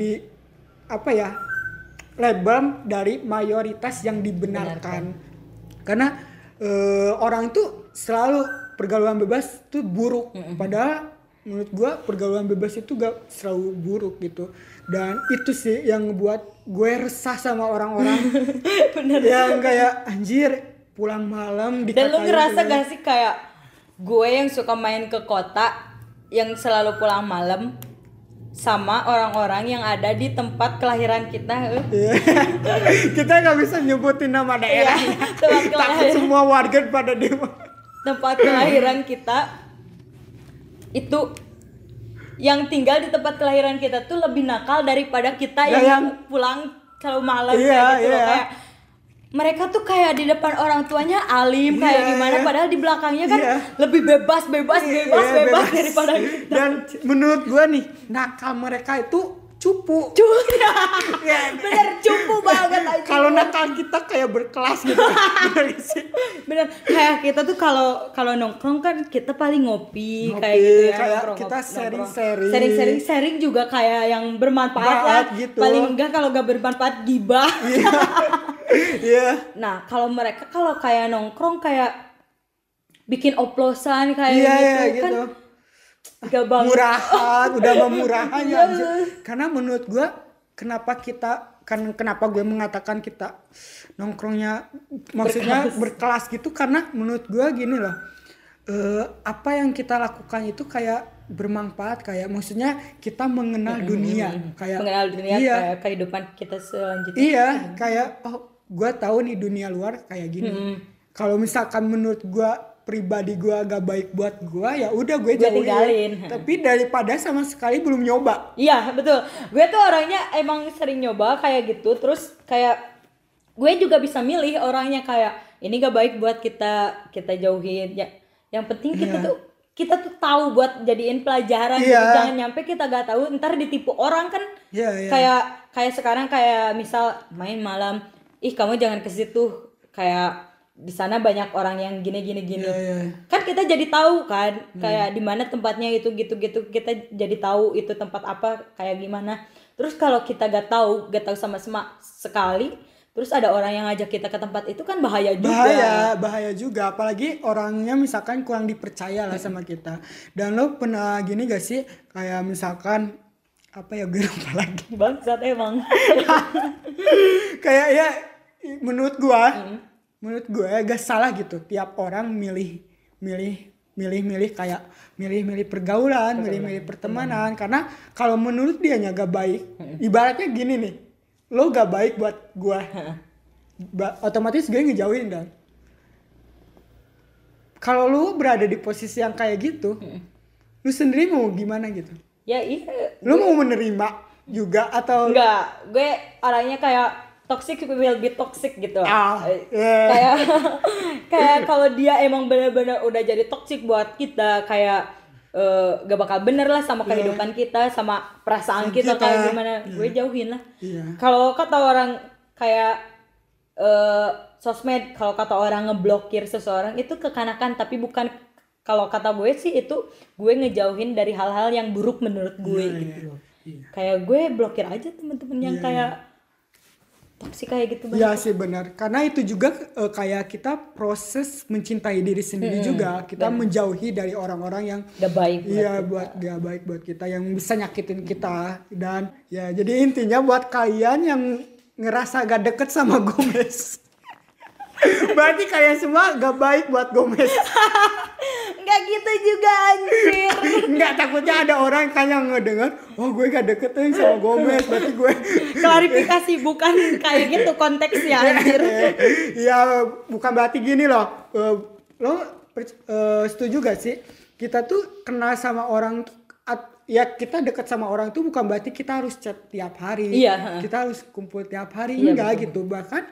label dari mayoritas yang dibenarkan. Karena orang tuh selalu pergaulan bebas tuh buruk. Padahal menurut gua pergaulan bebas itu gak selalu buruk gitu. Dan itu sih yang ngebuat gue resah sama orang-orang yang kayak anjir pulang malam dikatain. Dan lu ngerasa gak sih kayak gue yang suka main ke kota yang selalu pulang malam sama orang-orang yang ada di tempat kelahiran kita. Kita gak bisa nyebutin nama daerah. Takut semua warga pada demo. Tempat kelahiran kita itu yang tinggal di tempat kelahiran kita tuh lebih nakal daripada kita yang pulang kalau malam gitu loh. Kayak mereka tuh kayak di depan orang tuanya alim kayak gimana, padahal di belakangnya kan lebih bebas daripada kita. Dan menurut gua nih nakal mereka itu cupu. Bener cupu banget aja. Kalau nakal kita kayak berkelas gitu. Bener kayak kita tuh kalau nongkrong kan kita paling ngopi kayak gitu ya. Kayak kita sharing juga kayak yang bermanfaat lah gitu. Paling enggak kalau gak bermanfaat gibah. Nah kalau mereka kalau kayak nongkrong kayak bikin oplosan kayak gitu kan murahan, udah memurahan ya. Karena menurut gue kenapa gue mengatakan kita nongkrongnya maksudnya berkelas gitu, karena menurut gue gini loh, apa yang kita lakukan itu kayak bermanfaat, kayak maksudnya kita mengenal dunia, kayak kayak kehidupan kita selanjutnya. Kayak gue tahu nih dunia luar kayak gini. Kalau misalkan menurut gue pribadi gue gak baik buat gue, ya udah gue Gue jauhin. tinggalin. Tapi daripada sama sekali belum nyoba. Iya betul. Gue tuh orangnya emang sering nyoba kayak gitu. Terus kayak gue juga bisa milih orangnya, kayak ini gak baik buat kita jauhin. Ya, yang penting kita tuh tahu buat jadiin pelajaran. Gitu. Jangan nyampe kita gak tahu ntar ditipu orang kan. Kayak sekarang kayak misal main malam, ih kamu jangan ke situ, kayak di sana banyak orang yang gini. Kan kita jadi tahu kan kayak di mana tempatnya itu gitu kita jadi tahu itu tempat apa kayak gimana. Terus kalau kita gak tahu sama sekali, terus ada orang yang ngajak kita ke tempat itu kan bahaya juga. Apalagi orangnya misalkan kurang dipercaya lah sama kita. Dan lo pernah gini gak sih, kayak misalkan apa ya, gue lupa lagi. Bangsat emang. Kayak ya menurut gue gak salah gitu tiap orang milih kayak milih pergaulan, milih pertemanan. Karena kalau menurut dianya gak baik, ibaratnya gini nih, lo gak baik buat gue, otomatis gue ngejauhin kan. Kalau lo berada di posisi yang kayak gitu, lo sendiri mau gimana gitu? Ya iya. Lo mau menerima juga atau enggak? Gue orangnya kayak toxic will be toxic gitu. Kayak kalau dia emang benar-benar udah jadi toxic buat kita, kayak gak bakal bener lah sama kehidupan kita, sama perasaan kita kayak gimana, gue jauhin lah. Kalau kata orang kayak sosmed, kalau kata orang ngeblokir seseorang itu kekanakan, tapi bukan. Kalau kata gue sih itu gue ngejauhin dari hal-hal yang buruk menurut gue gitu. Kayak gue blokir aja temen-temen yang kayak toksik kayak gitu. Iya sih benar, karena itu juga kayak kita proses mencintai diri sendiri juga. Kita menjauhi dari orang-orang yang gak baik gak baik buat kita, yang bisa nyakitin kita. Dan ya jadi intinya buat kalian yang ngerasa gak deket sama Gomez, berarti kalian semua gak baik buat Gomez. Nggak gitu juga anjir. Nggak, takutnya ada orang kan yang ngedenger, oh gue gak deket nih sama Gomez, berarti gue klarifikasi, bukan kayak gitu konteksnya anjir. Ya bukan berarti gini loh, lo setuju gak sih kita tuh kenal sama orang tuh, ya kita dekat sama orang tuh bukan berarti kita harus chat tiap hari, kita harus kumpul tiap hari, enggak betul. Gitu. Bahkan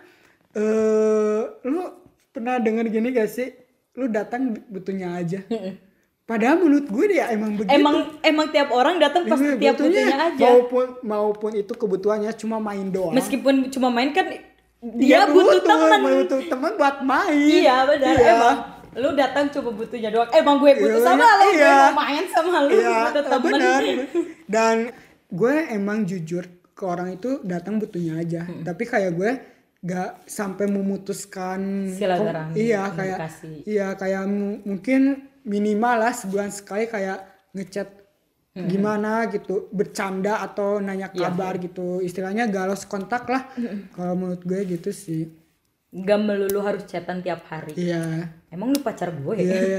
lo pernah denger gini gak sih, lu datang butuhnya aja. Padahal menurut gue dia emang begitu. Emang tiap orang datang pasti tiap butuhnya aja. Maupun itu kebutuhannya cuma main doang. Meskipun cuma main kan dia butuh teman. Butuh teman buat main. Iya benar. Emang lu datang cuma butuhnya doang. Emang gue butuh sama lu, gue mau main sama lu, butuh teman. Dan gue emang jujur ke orang itu datang butuhnya aja. Tapi kayak gue gak sampai memutuskan silaturahmi. Kayak mungkin minimal lah sebulan sekali kayak ngechat gimana gitu, bercanda atau nanya kabar gitu, istilahnya gak lost kontak lah. Kalau menurut gue gitu sih. Gak melulu harus chatan tiap hari. Emang lu pacar gue?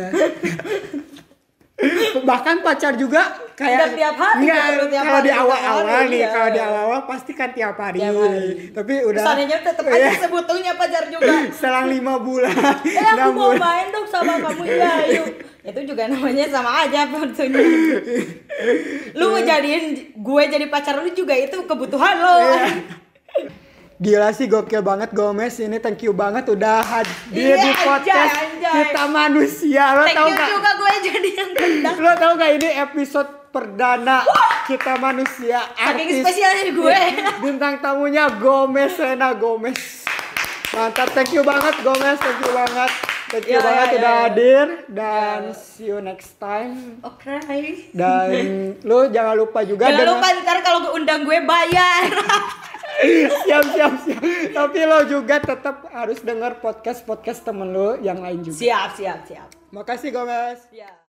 Bahkan pacar juga kayak tiap hari. Kalau di awal-awal nih, kalau di awal pasti kan tiap hari. Tapi udah misalnya tetap aja sebutuhnya pacar juga. Selang 5 bulan. Aku mau main dong sama kamu ya, yuk. Itu juga namanya sama aja butuhnya. Lu ngejadiin gue jadi pacar lu juga itu kebutuhan lo. Gila sih, gokil banget Gomez ini, thank you banget udah hadir di podcast Kita Manusia. Lo tau gak? Juga gue jadi yang gendang. Lo tau gak ini episode perdana Kita Manusia. Saking spesialnya gue. Bintang tamunya Gomez, Rena Gomez. Mantap, thank you banget Gomez, thank you banget. Thank you banget udah hadir. Dan see you next time. Oke. Dan lo jangan lupa juga. Jangan lupa ntar kalau undang gue bayar. Siap. Tapi lo juga tetap harus dengar podcast temen lo yang lain juga. Siap. Makasih Gomez. Siap.